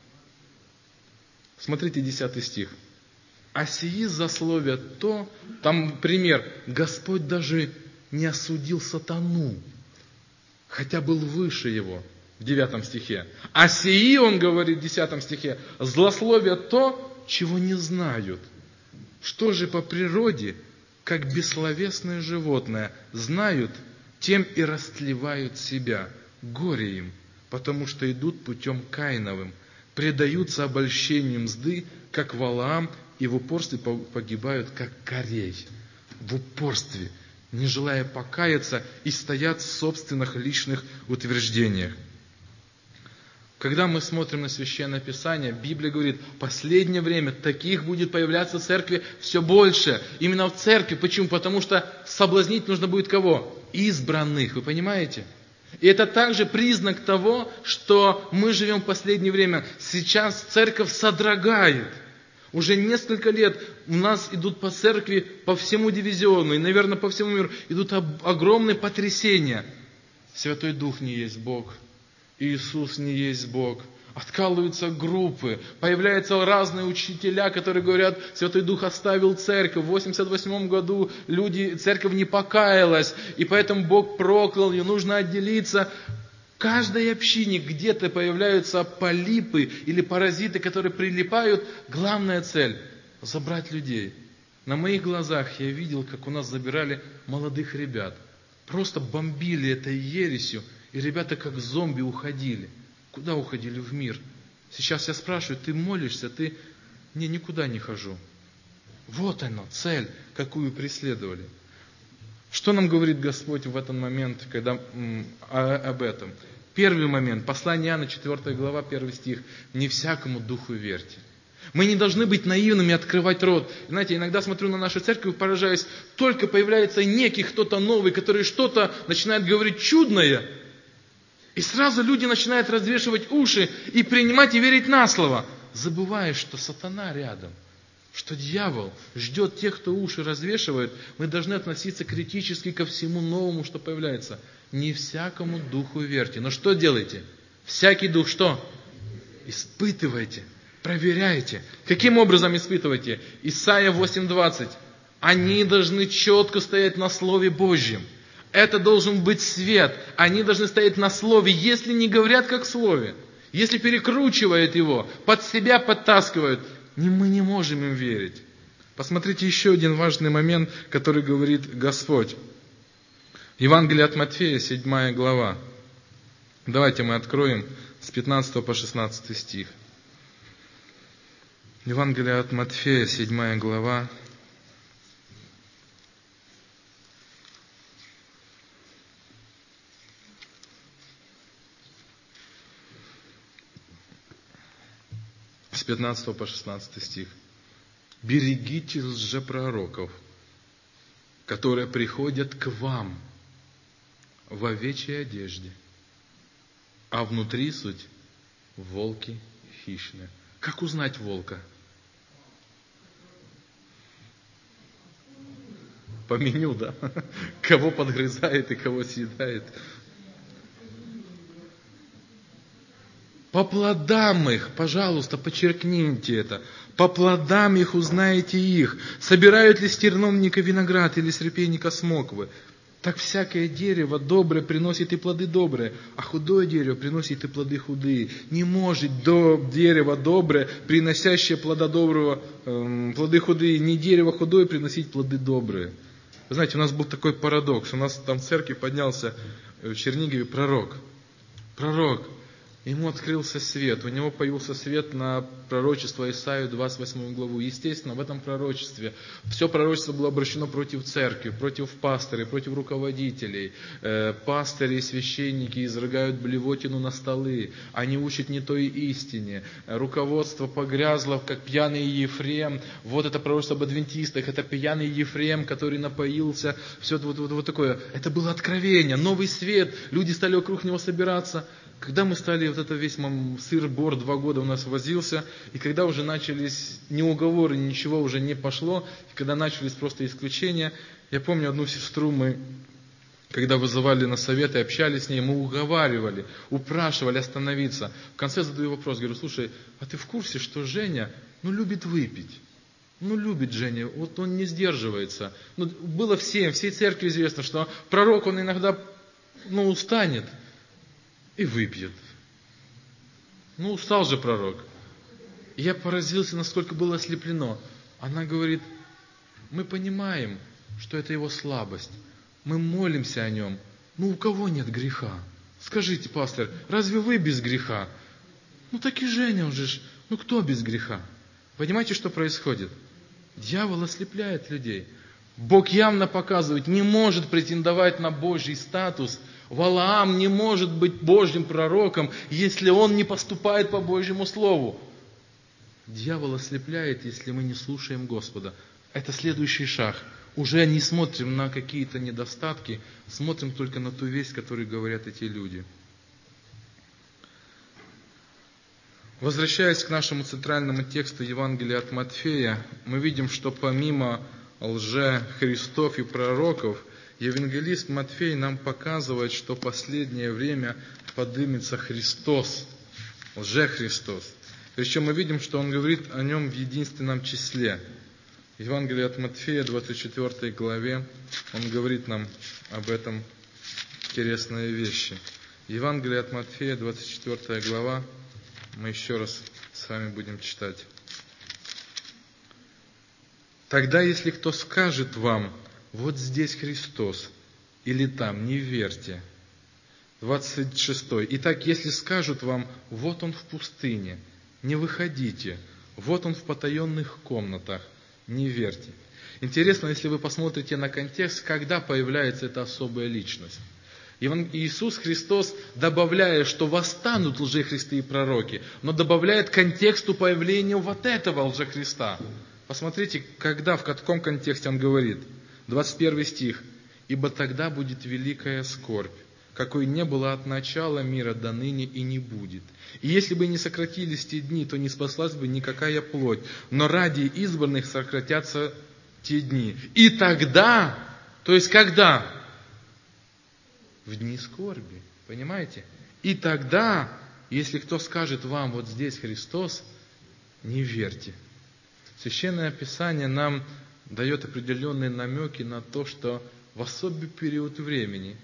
Смотрите десятый стих. А сии засловят то, там пример, Господь даже не осудил сатану, хотя был выше его, в девятом стихе. А сии, он говорит в десятом стихе, злословят то, чего не знают. Что же по природе, как бессловесное животное, знают, тем и растлевают себя. Горе им, потому что идут путем Каиновым, предаются обольщению мзды, как Валаам, и в упорстве погибают, как Корей. В упорстве, не желая покаяться, и стоят в собственных личных утверждениях. Когда мы смотрим на Священное Писание, Библия говорит, в последнее время таких будет появляться в церкви все больше. Именно в церкви. Почему? Потому что соблазнить нужно будет кого? Избранных. Вы понимаете? И это также признак того, что мы живем в последнее время. Сейчас церковь содрогает. Уже несколько лет у нас идут по церкви, по всему дивизиону, и, наверное, по всему миру, идут огромные потрясения. Святой Дух не есть Бог. Иисус не есть Бог. Откалываются группы. Появляются разные учителя, которые говорят, Святой Дух оставил церковь. В восемьдесят восьмом году люди, церковь не покаялась, и поэтому Бог проклял, и нужно отделиться. В каждой общине где-то появляются полипы или паразиты, которые прилипают. Главная цель – забрать людей. На моих глазах я видел, как у нас забирали молодых ребят. Просто бомбили этой ересью. И ребята как зомби уходили. Куда уходили? В мир. Сейчас я спрашиваю, ты молишься? Ты... Не, никуда не хожу. Вот оно, цель, какую преследовали. Что нам говорит Господь в этот момент, когда м, о, об этом? Первый момент, послание Иоанна, четвёртая глава, первый стих. Не всякому духу верьте. Мы не должны быть наивными, открывать рот. Знаете, иногда смотрю на нашу церковь и поражаюсь, только появляется некий кто-то новый, который что-то начинает говорить чудное, и сразу люди начинают развешивать уши и принимать и верить на слово, забывая, что сатана рядом, что дьявол ждет тех, кто уши развешивает. Мы должны относиться критически ко всему новому, что появляется. Не всякому духу верьте. Но что делайте? Всякий дух что? Испытывайте, проверяйте. Каким образом испытывайте? Исайя восемь двадцать. Они должны четко стоять на Слове Божьем. Это должен быть свет. Они должны стоять на Слове. Если не говорят как в Слове, если перекручивают его, под себя подтаскивают, мы не можем им верить. Посмотрите еще один важный момент, который говорит Господь. Евангелие от Матфея, седьмая глава. Давайте мы откроем с пятнадцатого по шестнадцатый стих. Евангелие от Матфея, седьмая глава. С пятнадцатого по шестнадцатый стих. «Берегитесь лжепророков, которые приходят к вам в овечьей одежде, а внутри суть волки хищные». Как узнать волка? По меню, да? Кого подгрызает и кого съедает. По плодам их, пожалуйста, подчеркните это. По плодам их узнаете их. Собирают ли с терновника виноград или с репейника смоквы? Так всякое дерево доброе приносит и плоды добрые, а худое дерево приносит и плоды худые. Не может до дерева доброе, приносящее плода доброго, эм, плоды худые, не дерево худое приносить плоды добрые. Вы знаете, у нас был такой парадокс. У нас там в церкви поднялся в Чернигове пророк. Пророк. Ему открылся свет, у него появился свет на пророчество Исаию двадцать восьмую главу. Естественно, в этом пророчестве все пророчество было обращено против церкви, против пастырей, против руководителей. Э, пастыри и священники изрыгают блевотину на столы, они учат не той истине. Руководство погрязло, как пьяный Ефрем. Вот это пророчество об адвентистах, это пьяный Ефрем, который напоился. Все вот, вот, вот такое. Это было откровение, новый свет, люди стали вокруг него собираться. Когда мы стали, вот это весь сыр-бор два года у нас возился, и когда уже начались ни уговоры, ничего уже не пошло, и когда начались просто исключения, я помню одну сестру, мы, когда вызывали на совет и общались с ней, мы уговаривали, упрашивали остановиться. В конце задаю вопрос, говорю, слушай, а ты в курсе, что Женя, ну, любит выпить? Ну, любит Женя, вот он не сдерживается. Ну, было всем, всей церкви известно, что пророк, он иногда, ну, устанет и выпьет. Ну, устал же пророк. И я поразился, насколько было ослеплено. Она говорит, мы понимаем, что это его слабость. Мы молимся о нем. Ну, у кого нет греха? Скажите, пастор, разве вы без греха? Ну, так и Женя уже ж. Ну, кто без греха? Понимаете, что происходит? Дьявол ослепляет людей. Бог явно показывает, не может претендовать на Божий статус. Валаам не может быть Божьим пророком, если он не поступает по Божьему Слову. Дьявол ослепляет, если мы не слушаем Господа. Это следующий шаг. Уже не смотрим на какие-то недостатки, смотрим только на ту весть, которую говорят эти люди. Возвращаясь к нашему центральному тексту Евангелия от Матфея, мы видим, что помимо лже-христов и пророков, евангелист Матфей нам показывает, что в последнее время поднимется Христос, лже-Христос. Причем мы видим, что он говорит о нем в единственном числе. В Евангелии от Матфея, двадцать четвёртой главе, он говорит нам об этом интересные вещи. Евангелие от Матфея, двадцать четвёртая глава, мы еще раз с вами будем читать. «Тогда, если кто скажет вам, вот здесь Христос, или там, не верьте». двадцать шестой. «Итак, если скажут вам, вот Он в пустыне, не выходите, вот Он в потаенных комнатах, не верьте». Интересно, если вы посмотрите на контекст, когда появляется эта особая личность. Иисус Христос, добавляя, что восстанут лжехристы и пророки, но добавляет к контексту появления вот этого лжехриста. Посмотрите, когда, в каком контексте он говорит. двадцать первый стих. «Ибо тогда будет великая скорбь, какой не было от начала мира до ныне и не будет. И если бы не сократились те дни, то не спаслась бы никакая плоть, но ради избранных сократятся те дни. И тогда», то есть когда? В дни скорби. Понимаете? «И тогда, если кто скажет вам, вот здесь Христос, не верьте». Священное Писание нам дает определенные намеки на то, что в особый период времени,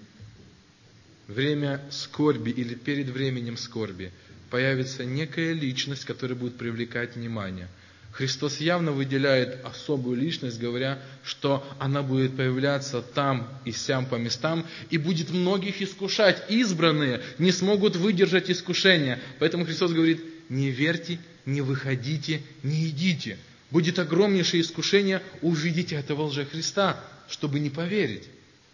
время скорби или перед временем скорби, появится некая личность, которая будет привлекать внимание. Христос явно выделяет особую личность, говоря, что она будет появляться там и сям по местам, и будет многих искушать. Избранные не смогут выдержать искушения. Поэтому Христос говорит, не верьте, не выходите, не идите. Будет огромнейшее искушение увидеть этого лжехриста, чтобы не поверить.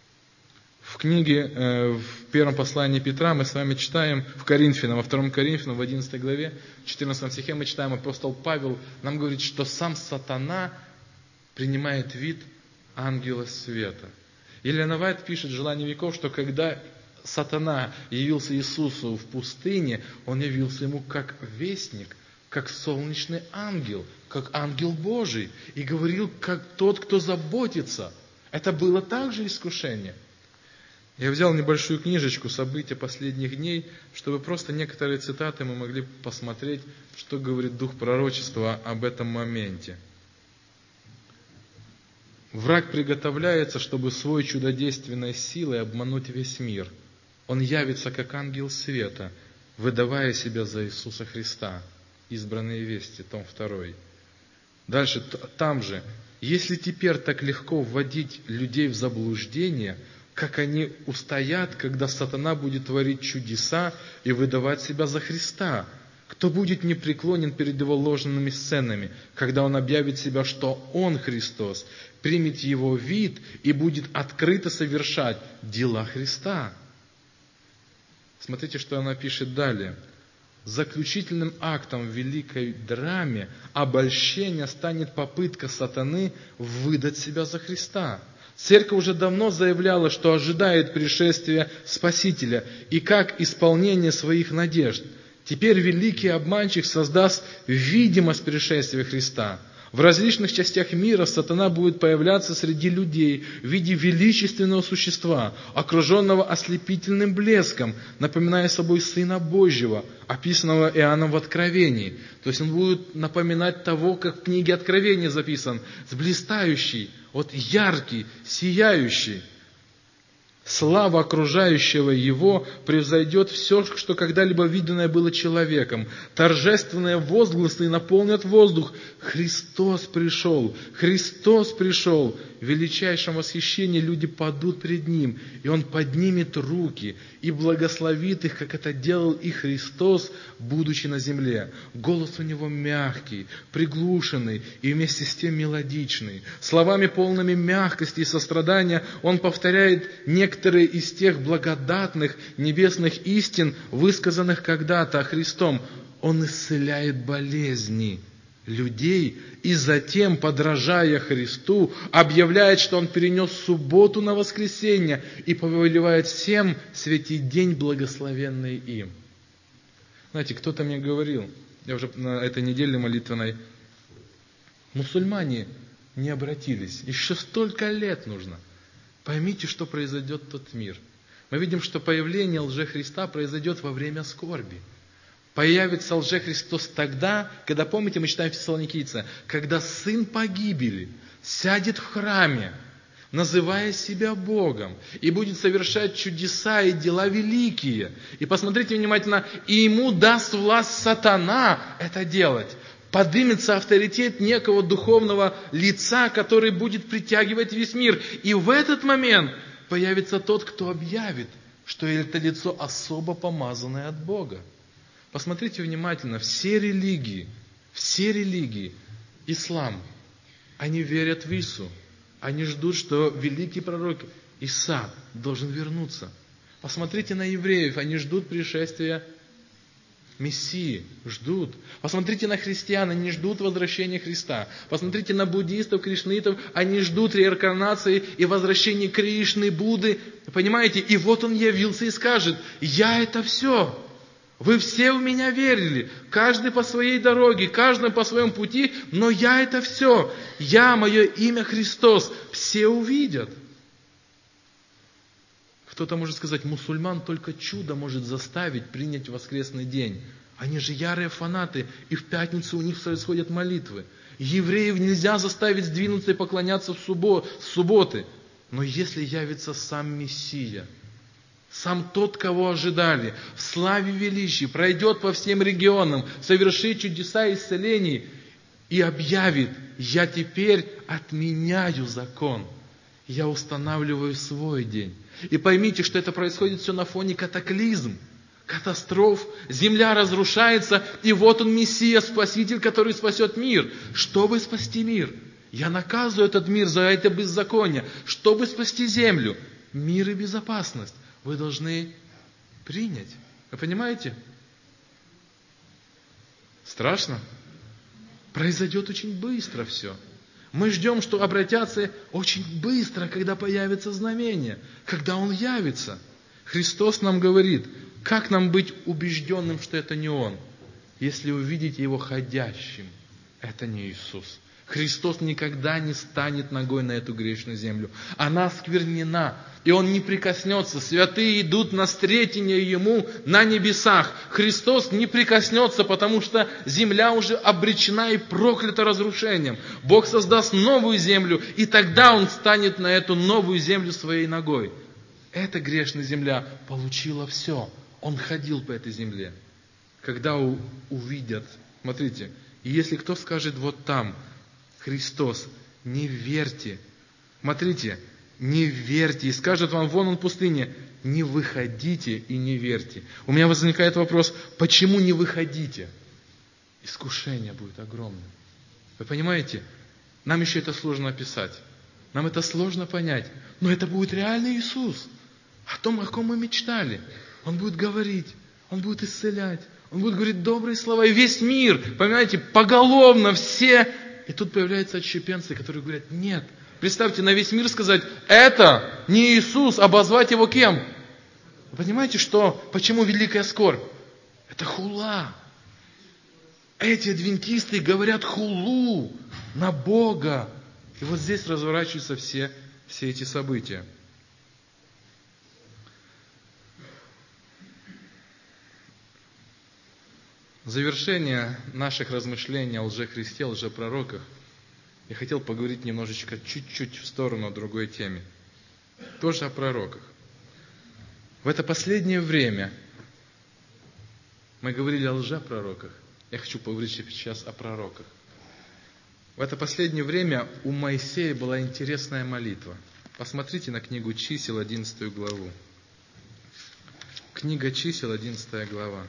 В книге, в первом послании Петра мы с вами читаем, в Коринфянам, во втором Коринфянам, в одиннадцатой главе, в четырнадцатом стихе мы читаем, апостол Павел нам говорит, что сам сатана принимает вид ангела света. Елена Вайт пишет в «Желании веков», что когда сатана явился Иисусу в пустыне, он явился ему как вестник, как солнечный ангел, как ангел Божий, и говорил, как тот, кто заботится. Это было также искушение. Я взял небольшую книжечку «События последних дней», чтобы просто некоторые цитаты мы могли посмотреть, что говорит дух пророчества об этом моменте. «Враг приготовляется, чтобы свой чудодейственной силой обмануть весь мир. Он явится, как ангел света, выдавая себя за Иисуса Христа». Избранные вести, том второй. Дальше, там же. «Если теперь так легко вводить людей в заблуждение, как они устоят, когда сатана будет творить чудеса и выдавать себя за Христа? Кто будет непреклонен перед его ложными сценами, когда он объявит себя, что он Христос, примет его вид и будет открыто совершать дела Христа?» Смотрите, что она пишет далее. «Заключительным актом в великой драме обольщения станет попытка сатаны выдать себя за Христа. Церковь уже давно заявляла, что ожидает пришествия Спасителя и как исполнение своих надежд. Теперь великий обманщик создаст видимость пришествия Христа. В различных частях мира сатана будет появляться среди людей в виде величественного существа, окруженного ослепительным блеском, напоминая собой Сына Божьего, описанного Иоанном в Откровении. То есть он будет напоминать того, как в книге Откровения записан, блистающий, вот яркий, сияющий. Слава окружающего его превзойдет все, что когда-либо виденное было человеком. Торжественные возгласы наполнят воздух. Христос пришел! Христос пришел! В величайшем восхищении люди падут пред Ним, и Он поднимет руки и благословит их, как это делал и Христос, будучи на земле. Голос у Него мягкий, приглушенный и вместе с тем мелодичный. Словами полными мягкости и сострадания Он повторяет некоторые из тех благодатных небесных истин, высказанных когда-то Христом. Он исцеляет болезни людей и затем, подражая Христу, объявляет, что Он перенес субботу на воскресенье и повелевает всем светить день, благословенный им. Знаете, кто-то мне говорил, я уже на этой неделе молитвенной, мусульмане не обратились, еще столько лет нужно. Поймите, что произойдет в тот мир. Мы видим, что появление лжехриста произойдет во время скорби. Появится лжехристос тогда, когда, помните, мы читаем в Фессалоникийцам, когда сын погибели сядет в храме, называя себя Богом, и будет совершать чудеса и дела великие. И посмотрите внимательно, и ему даст власть сатана это делать. Поднимется авторитет некого духовного лица, который будет притягивать весь мир. И в этот момент появится тот, кто объявит, что это лицо особо помазанное от Бога. Посмотрите внимательно, все религии, все религии, ислам, они верят в Ису. Они ждут, что великий пророк Иса должен вернуться. Посмотрите на евреев, они ждут пришествия Мессии, ждут. Посмотрите на христиан, они ждут возвращения Христа. Посмотрите на буддистов, кришнаитов, они ждут реинкарнации и возвращения Кришны, Будды. Понимаете? И вот он явился и скажет: «Я это все». Вы все в меня верили, каждый по своей дороге, каждый по своему пути, но я это все, я, мое имя Христос, все увидят. Кто-то может сказать, мусульман только чудо может заставить принять воскресный день. Они же ярые фанаты, и в пятницу у них происходят молитвы. Евреев нельзя заставить сдвинуться и поклоняться в суббо- с субботы. Но если явится сам Мессия, сам тот, кого ожидали, в славе величии, пройдет по всем регионам, совершит чудеса и исцелений и объявит: «Я теперь отменяю закон, я устанавливаю свой день». И поймите, что это происходит все на фоне катаклизм, катастроф, земля разрушается, и вот он Мессия, Спаситель, который спасет мир. Чтобы спасти мир, я наказываю этот мир за это беззаконие. Чтобы спасти землю, мир и безопасность, вы должны принять. Вы понимаете? Страшно? Произойдет очень быстро все. Мы ждем, что обратятся очень быстро, когда появится знамение, когда Он явится. Христос нам говорит, как нам быть убежденным, что это не Он, если увидите Его ходящим. Это не Иисус. Христос никогда не станет ногой на эту грешную землю. Она осквернена, и Он не прикоснется. Святые идут на встретение Ему на небесах. Христос не прикоснется, потому что земля уже обречена и проклята разрушением. Бог создаст новую землю, и тогда Он станет на эту новую землю своей ногой. Эта грешная земля получила все. Он ходил по этой земле. Когда увидят, смотрите, и если кто скажет вот там, Христос, не верьте. Смотрите, не верьте. И скажет вам, вон он в пустыне, не выходите и не верьте. У меня возникает вопрос, почему не выходите? Искушение будет огромным. Вы понимаете? Нам еще это сложно описать. Нам это сложно понять. Но это будет реальный Иисус. О том, о ком мы мечтали. Он будет говорить, Он будет исцелять, Он будет говорить добрые слова. И весь мир, понимаете, поголовно все... И тут появляются отщепенцы, которые говорят, нет, Представьте, на весь мир сказать, это не Иисус, обозвать его кем? Вы понимаете, что, почему великая скорбь? Это хула. Эти адвентисты говорят хулу на Бога. И вот здесь разворачиваются все, все эти события. В завершение наших размышлений о лжехристе, о лжепророках, я хотел поговорить немножечко, чуть-чуть в сторону о другой теме. Тоже о пророках. В это последнее время мы говорили о лжепророках. Я хочу поговорить сейчас о пророках. В это последнее время у Моисея была интересная молитва. Посмотрите на книгу Чисел, одиннадцатую главу. Книга Чисел, одиннадцатая глава.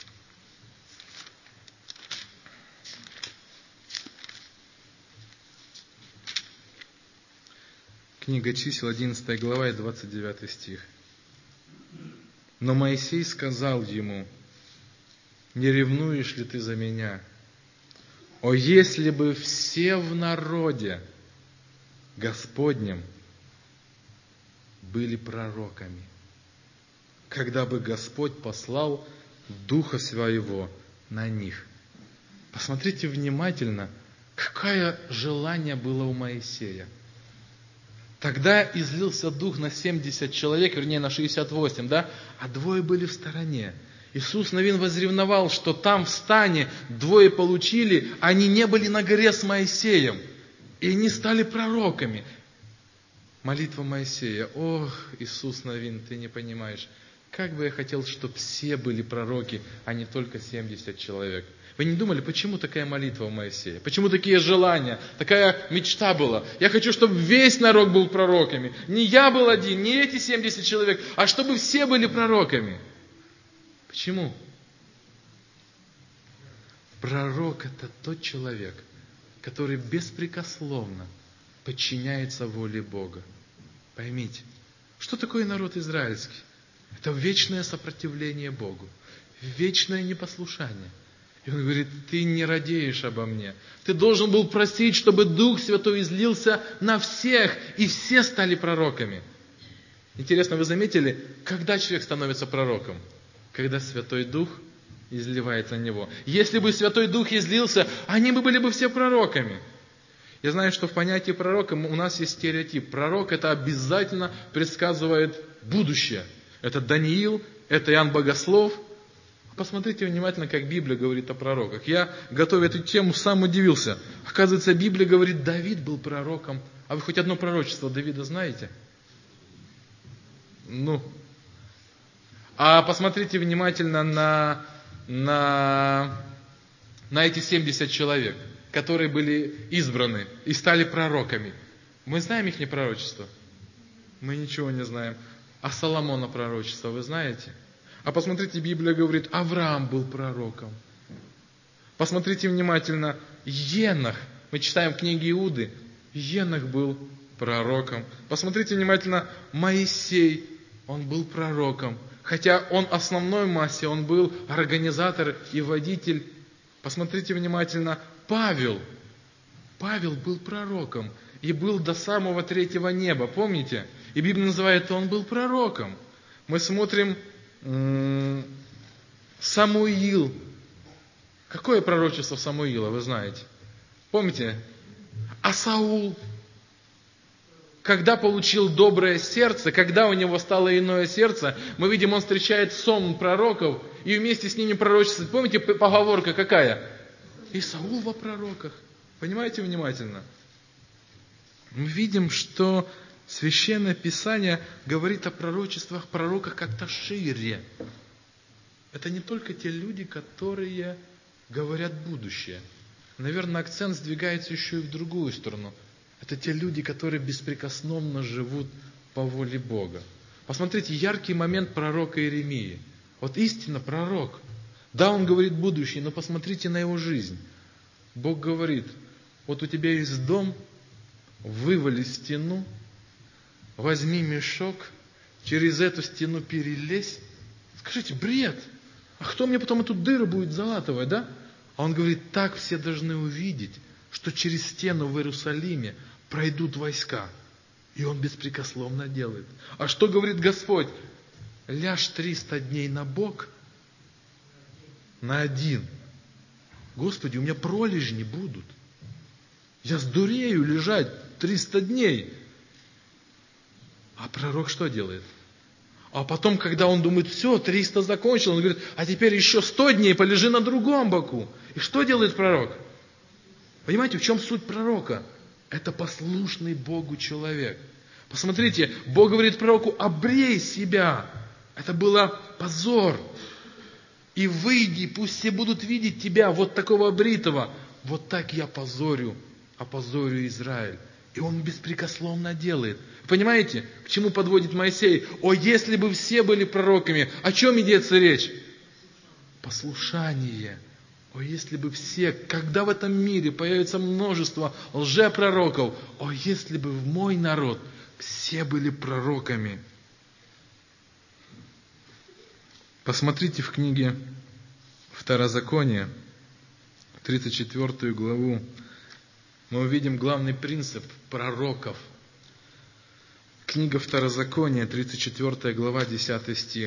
Книга Чисел, одиннадцатая глава и двадцать девятый стих. Но Моисей сказал ему: не ревнуешь ли ты за меня? О, если бы все в народе Господнем были пророками, когда бы Господь послал Духа Своего на них. Посмотрите внимательно, какое желание было у Моисея. Тогда излился Дух на семьдесят человек, вернее на шестьдесят восемь, да? А двое были в стороне. Иисус Навин возревновал, что там в стане двое получили, они не были на горе с Моисеем. И они стали пророками. Молитва Моисея. Ох, Иисус Навин, ты не понимаешь. Как бы я хотел, чтобы все были пророки, а не только семьдесят человек. Вы не думали, почему такая молитва у Моисея? Почему такие желания? Такая мечта была. Я хочу, чтобы весь народ был пророками. Не я был один, не эти семьдесят человек, а чтобы все были пророками. Почему? Пророк – это тот человек, который беспрекословно подчиняется воле Бога. Поймите, что такое народ израильский? Это вечное сопротивление Богу, вечное непослушание. И он говорит, ты не радеешь обо мне. Ты должен был просить, чтобы Дух Святой излился на всех, и все стали пророками. Интересно, вы заметили, когда человек становится пророком? Когда Святой Дух изливается на него. Если бы Святой Дух излился, они бы были бы все пророками. Я знаю, что в понятии пророка у нас есть стереотип. Пророк – это обязательно предсказывает будущее. Это Даниил, это Иоанн Богослов. Посмотрите внимательно, как Библия говорит о пророках. Я, готовя эту тему, сам удивился. Оказывается, Библия говорит, Давид был пророком. А вы хоть одно пророчество Давида знаете? Ну. А посмотрите внимательно на, на, на эти семьдесят человек, которые были избраны и стали пророками. Мы знаем их пророчество? Мы ничего не знаем. А Соломона пророчество вы знаете? А посмотрите, Библия говорит, Авраам был пророком. Посмотрите внимательно, Енох, мы читаем в книге Иуды, Енох был пророком. Посмотрите внимательно, Моисей, он был пророком. Хотя он основной массе, он был организатор и водитель. Посмотрите внимательно, Павел, Павел был пророком и был до самого третьего неба, помните? И Библия называет, он был пророком. Мы смотрим, Самуил. Какое пророчество Самуила, вы знаете? Помните? А Саул, когда получил доброе сердце, когда у него стало иное сердце, мы видим, он встречает сон пророков и вместе с ними пророчествует. Помните, поговорка какая? И Саул во пророках. Понимаете внимательно? Мы видим, что Священное Писание говорит о пророчествах, пророках как-то шире. Это не только те люди, которые говорят будущее. Наверное, акцент сдвигается еще и в другую сторону. Это те люди, которые беспрекословно живут по воле Бога. Посмотрите, яркий момент пророка Иеремии. Вот истинно пророк. Да, он говорит будущее, но посмотрите на его жизнь. Бог говорит, вот у тебя есть дом, вывали стену, возьми мешок, через эту стену перелезь. Скажите, бред! А кто мне потом эту дыру будет залатывать, да? А он говорит, так все должны увидеть, что через стену в Иерусалиме пройдут войска. И Он беспрекословно делает. А что говорит Господь? Ляжь триста дней на бок, на один. Господи, у меня пролежни будут. Я сдурею лежать триста дней. А пророк что делает? А потом, когда он думает, все, триста закончил, он говорит, а теперь еще сто дней полежи на другом боку. И что делает пророк? Понимаете, в чем суть пророка? Это послушный Богу человек. Посмотрите, Бог говорит пророку, обрей себя. Это было позор. И выйди, пусть все будут видеть тебя, вот такого обритого. Вот так я позорю, опозорю Израиль. И он беспрекословно делает. Понимаете, к чему подводит Моисей? О, если бы все были пророками, о чем идется речь? Послушание. О, если бы все, когда в этом мире появится множество лжепророков, о, если бы в мой народ все были пророками. Посмотрите в книге Второзакония, тридцать четвёртую главу. Мы увидим главный принцип пророков. Книга Второзакония, тридцать четвёртая глава, десятый стих.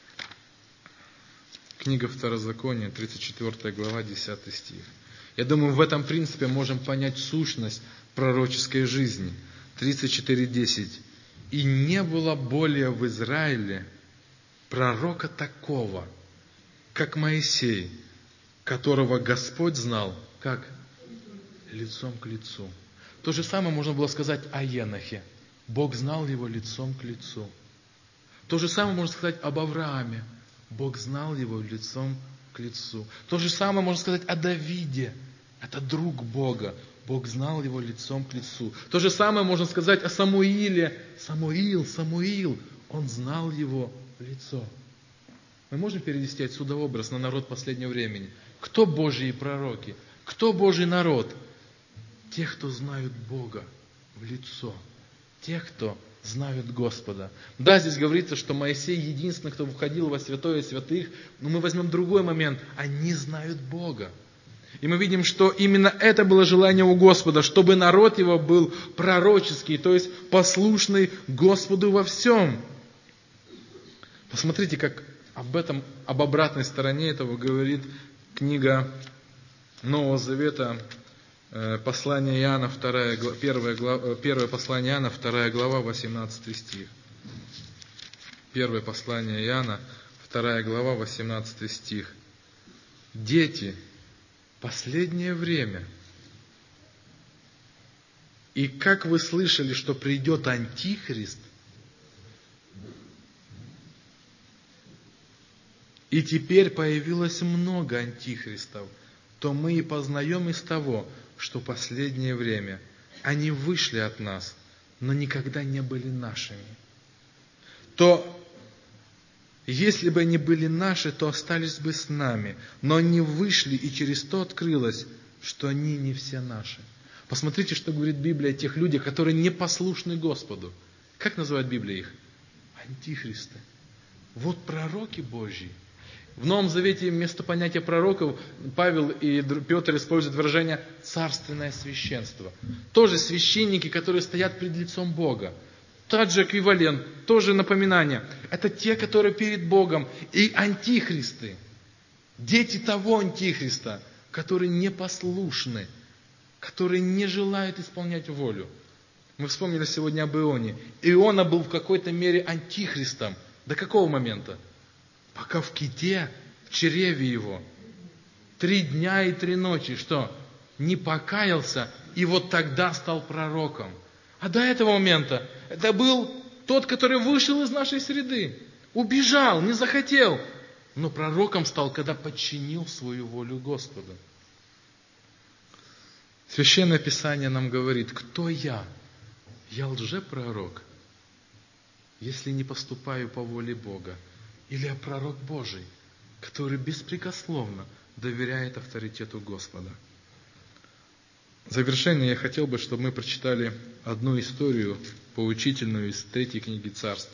Книга Второзакония, тридцать четвёртая глава, десятый стих. Я думаю, в этом принципе можем понять сущность пророческой жизни. тридцать четыре десять. «И не было более в Израиле пророка такого, как Моисей, которого Господь знал, как лицом к лицу». То же самое можно было сказать о Енохе. Бог знал его лицом к лицу. То же самое можно сказать об Аврааме. Бог знал его лицом к лицу. То же самое можно сказать о Давиде. Это друг Бога. Бог знал его лицом к лицу. То же самое можно сказать о Самуиле. Самуил, Самуил, он знал его в лицо. Мы можем перевести отсюда образ на народ последнего времени. Кто Божьи пророки? Кто Божий народ? Те, кто знают Бога в лицо. Те, кто знают Господа. Да, здесь говорится, что Моисей единственный, кто входил во святое святых, но мы возьмем другой момент. Они знают Бога. И мы видим, что именно это было желание у Господа, чтобы народ его был пророческий, то есть послушный Господу во всем. Посмотрите, как об этом, об обратной стороне этого говорит книга Нового Завета, послание Иоанна, вторая, первое, глава, первое послание Иоанна, вторая глава, восемнадцатый стих. Первое послание Иоанна, вторая глава, восемнадцатый стих. «Дети, последнее время, и как вы слышали, что придет Антихрист, и теперь появилось много антихристов, то мы и познаем из того, что последнее время они вышли от нас, но никогда не были нашими. То, если бы они были наши, то остались бы с нами, но они вышли, и через то открылось, что они не все наши». Посмотрите, что говорит Библия о тех людях, которые не послушны Господу. Как называет Библия их? Антихристы. Вот пророки Божьи. В Новом Завете вместо понятия пророков Павел и Петр используют выражение «царственное священство». Тоже священники, которые стоят пред лицом Бога. Тот же эквивалент, тоже напоминание. Это те, которые перед Богом. И антихристы. Дети того антихриста, которые непослушны, которые не желают исполнять волю. Мы вспомнили сегодня об Ионе. Иона был в какой-то мере антихристом. До какого момента? Пока в ките, в чреве его, три дня и три ночи, что? Не покаялся, и вот тогда стал пророком. А до этого момента это был тот, который вышел из нашей среды, убежал, не захотел, но пророком стал, когда подчинил свою волю Господу. Священное Писание нам говорит, кто я? Я лжепророк, если не поступаю по воле Бога. Или я пророк Божий, который беспрекословно доверяет авторитету Господа. В завершение я хотел бы, чтобы мы прочитали одну историю поучительную из третьей книги Царств.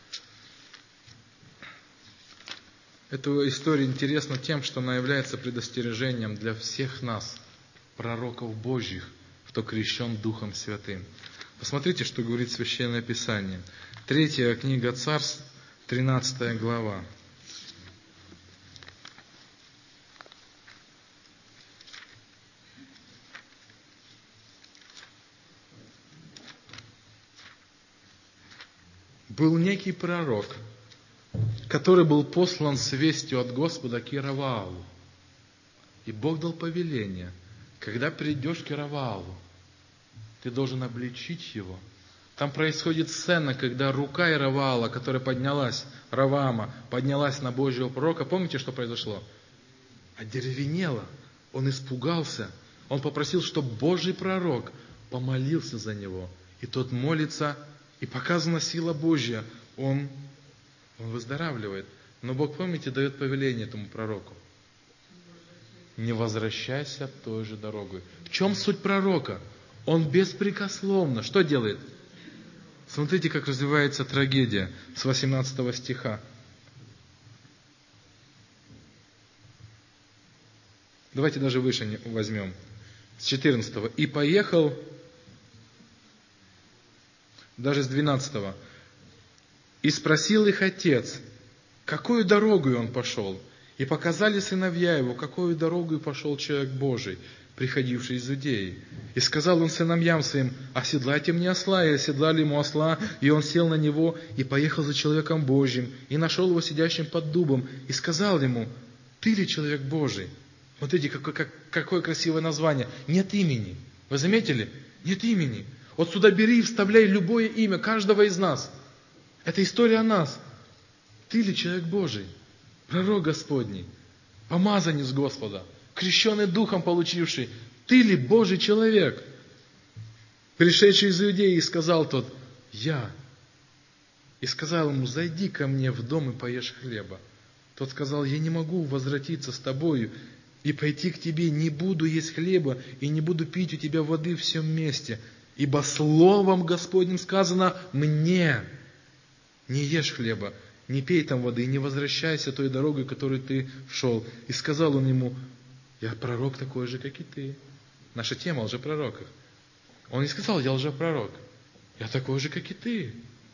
Эта история интересна тем, что она является предостережением для всех нас, пророков Божьих, кто крещен Духом Святым. Посмотрите, что говорит Священное Писание. Третья книга Царств, тринадцатая глава. Был некий пророк, который был послан с вестью от Господа к Иераваалу. И Бог дал повеление: когда придешь к Иераваалу, ты должен обличить его. Там происходит сцена, когда рука Иераваала, которая поднялась, Раваама, поднялась на Божьего пророка. Помните, что произошло? Одеревенела. Он испугался. Он попросил, чтобы Божий пророк помолился за него. И тот молится, и показана сила Божья. Он, он выздоравливает. Но Бог, помните, дает повеление этому пророку: не возвращайся той же дорогой. В чем суть пророка? Он беспрекословно что делает? Смотрите, как развивается трагедия с восемнадцатого стиха. Давайте даже выше возьмем. С четырнадцатого. И поехал, даже с двенадцатого. И спросил их отец, какую дорогу он пошел. И показали сыновья его, какую дорогу пошел человек Божий, приходивший из Иудеи. И сказал он сыновьям своим: оседлайте мне осла. И оседлали ему осла, и он сел на него, и поехал за человеком Божьим, и нашел его сидящим под дубом, и сказал ему: ты ли человек Божий? Смотрите, какое, как, какое красивое название. Нет имени. Вы заметили? Нет имени. Вот сюда бери и вставляй любое имя каждого из нас. Это история о нас. Ты ли человек Божий? Пророк Господний, помазанец Господа, крещенный Духом получивший, ты ли Божий человек? Пришедший из Иудеи, и сказал тот: я. И сказал ему: зайди ко мне в дом и поешь хлеба. Тот сказал: я не могу возвратиться с тобою и пойти к тебе, не буду есть хлеба и не буду пить у тебя воды в всем месте, ибо словом Господним сказано мне: не ешь хлеба, не пей там воды, и не возвращайся той дорогой, которой ты шел. И сказал он ему: я пророк такой же, как и ты. Наша тема о лжепророках. Он не сказал: я лжепророк. Я такой же, как и ты.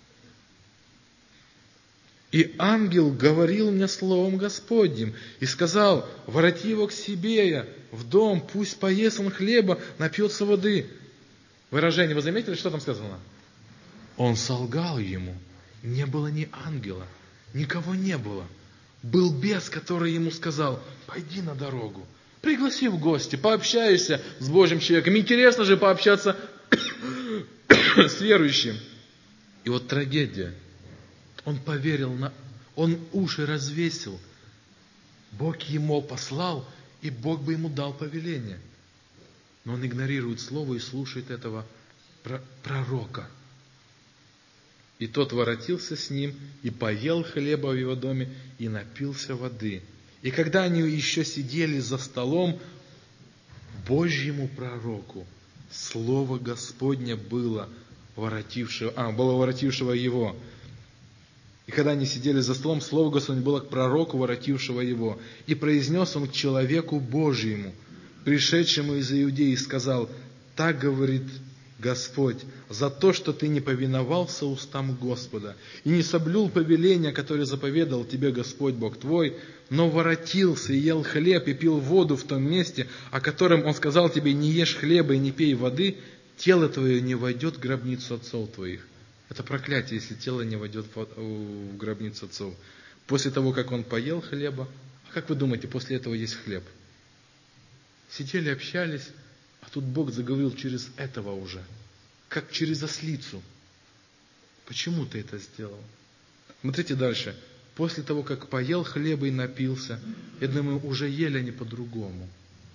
И ангел говорил мне словом Господним и сказал: вороти его к себе в дом, пусть поест он хлеба, напьется воды. Выражение, вы заметили, что там сказано? Он солгал ему. Не было ни ангела, никого не было. Был бес, который ему сказал: пойди на дорогу, пригласи в гости, пообщайся с Божьим человеком. Интересно же пообщаться с верующим. И вот трагедия. Он поверил, на... он уши развесил. Бог ему послал, и Бог бы ему дал повеление. Но он игнорирует слово и слушает этого пророка. И тот воротился с ним, и поел хлеба в его доме, и напился воды. И когда они еще сидели за столом, Божьему пророку слово Господне было воротившего, а, было воротившего его. И когда они сидели за столом, слово Господне было к пророку, воротившего его. И произнес он к человеку Божьему, пришедшему из Иудеи, и сказал: так говорит Господь, за то, что ты не повиновался устам Господа и не соблюл повеления, которое заповедал тебе Господь Бог твой, но воротился и ел хлеб и пил воду в том месте, о котором Он сказал тебе: не ешь хлеба и не пей воды, тело твое не войдет в гробницу отцов твоих. Это проклятие, если тело не войдет в гробницу отцов. После того, как он поел хлеба, а как вы думаете, после этого есть хлеб? Сидели, общались, а тут Бог заговорил через этого уже, как через ослицу. Почему ты это сделал? Смотрите дальше. После того, как поел хлеба и напился, я думаю, уже ели они по-другому.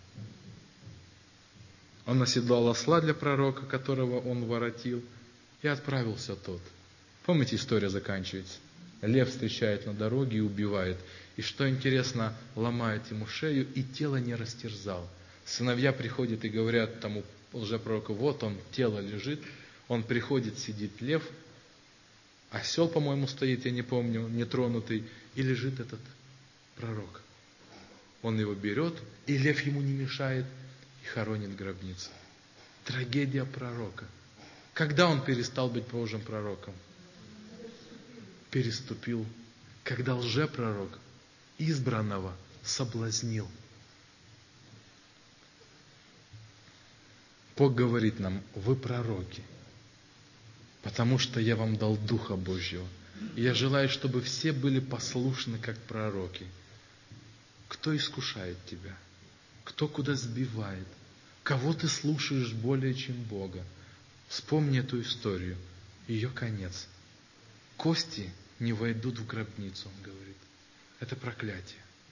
Он оседлал осла для пророка, которого он воротил, и отправился тот. Помните, история заканчивается? Лев встречает на дороге и убивает. И что интересно, ломает ему шею, и тело не растерзал. Сыновья приходят и говорят тому лжепророку: вот он, тело лежит. Он приходит, сидит лев, осел, по-моему, стоит, я не помню, нетронутый, и лежит этот пророк. Он его берет, и лев ему не мешает, и хоронит в гробнице. Трагедия пророка. Когда он перестал быть Божьим пророком? Переступил. Когда лжепророк избранного соблазнил. Бог говорит нам: вы пророки, потому что я вам дал Духа Божьего. И я желаю, чтобы все были послушны, как пророки. Кто искушает тебя? Кто куда сбивает? Кого ты слушаешь более, чем Бога? Вспомни эту историю. Ее конец. Кости не войдут в гробницу, он говорит. Это проклятие.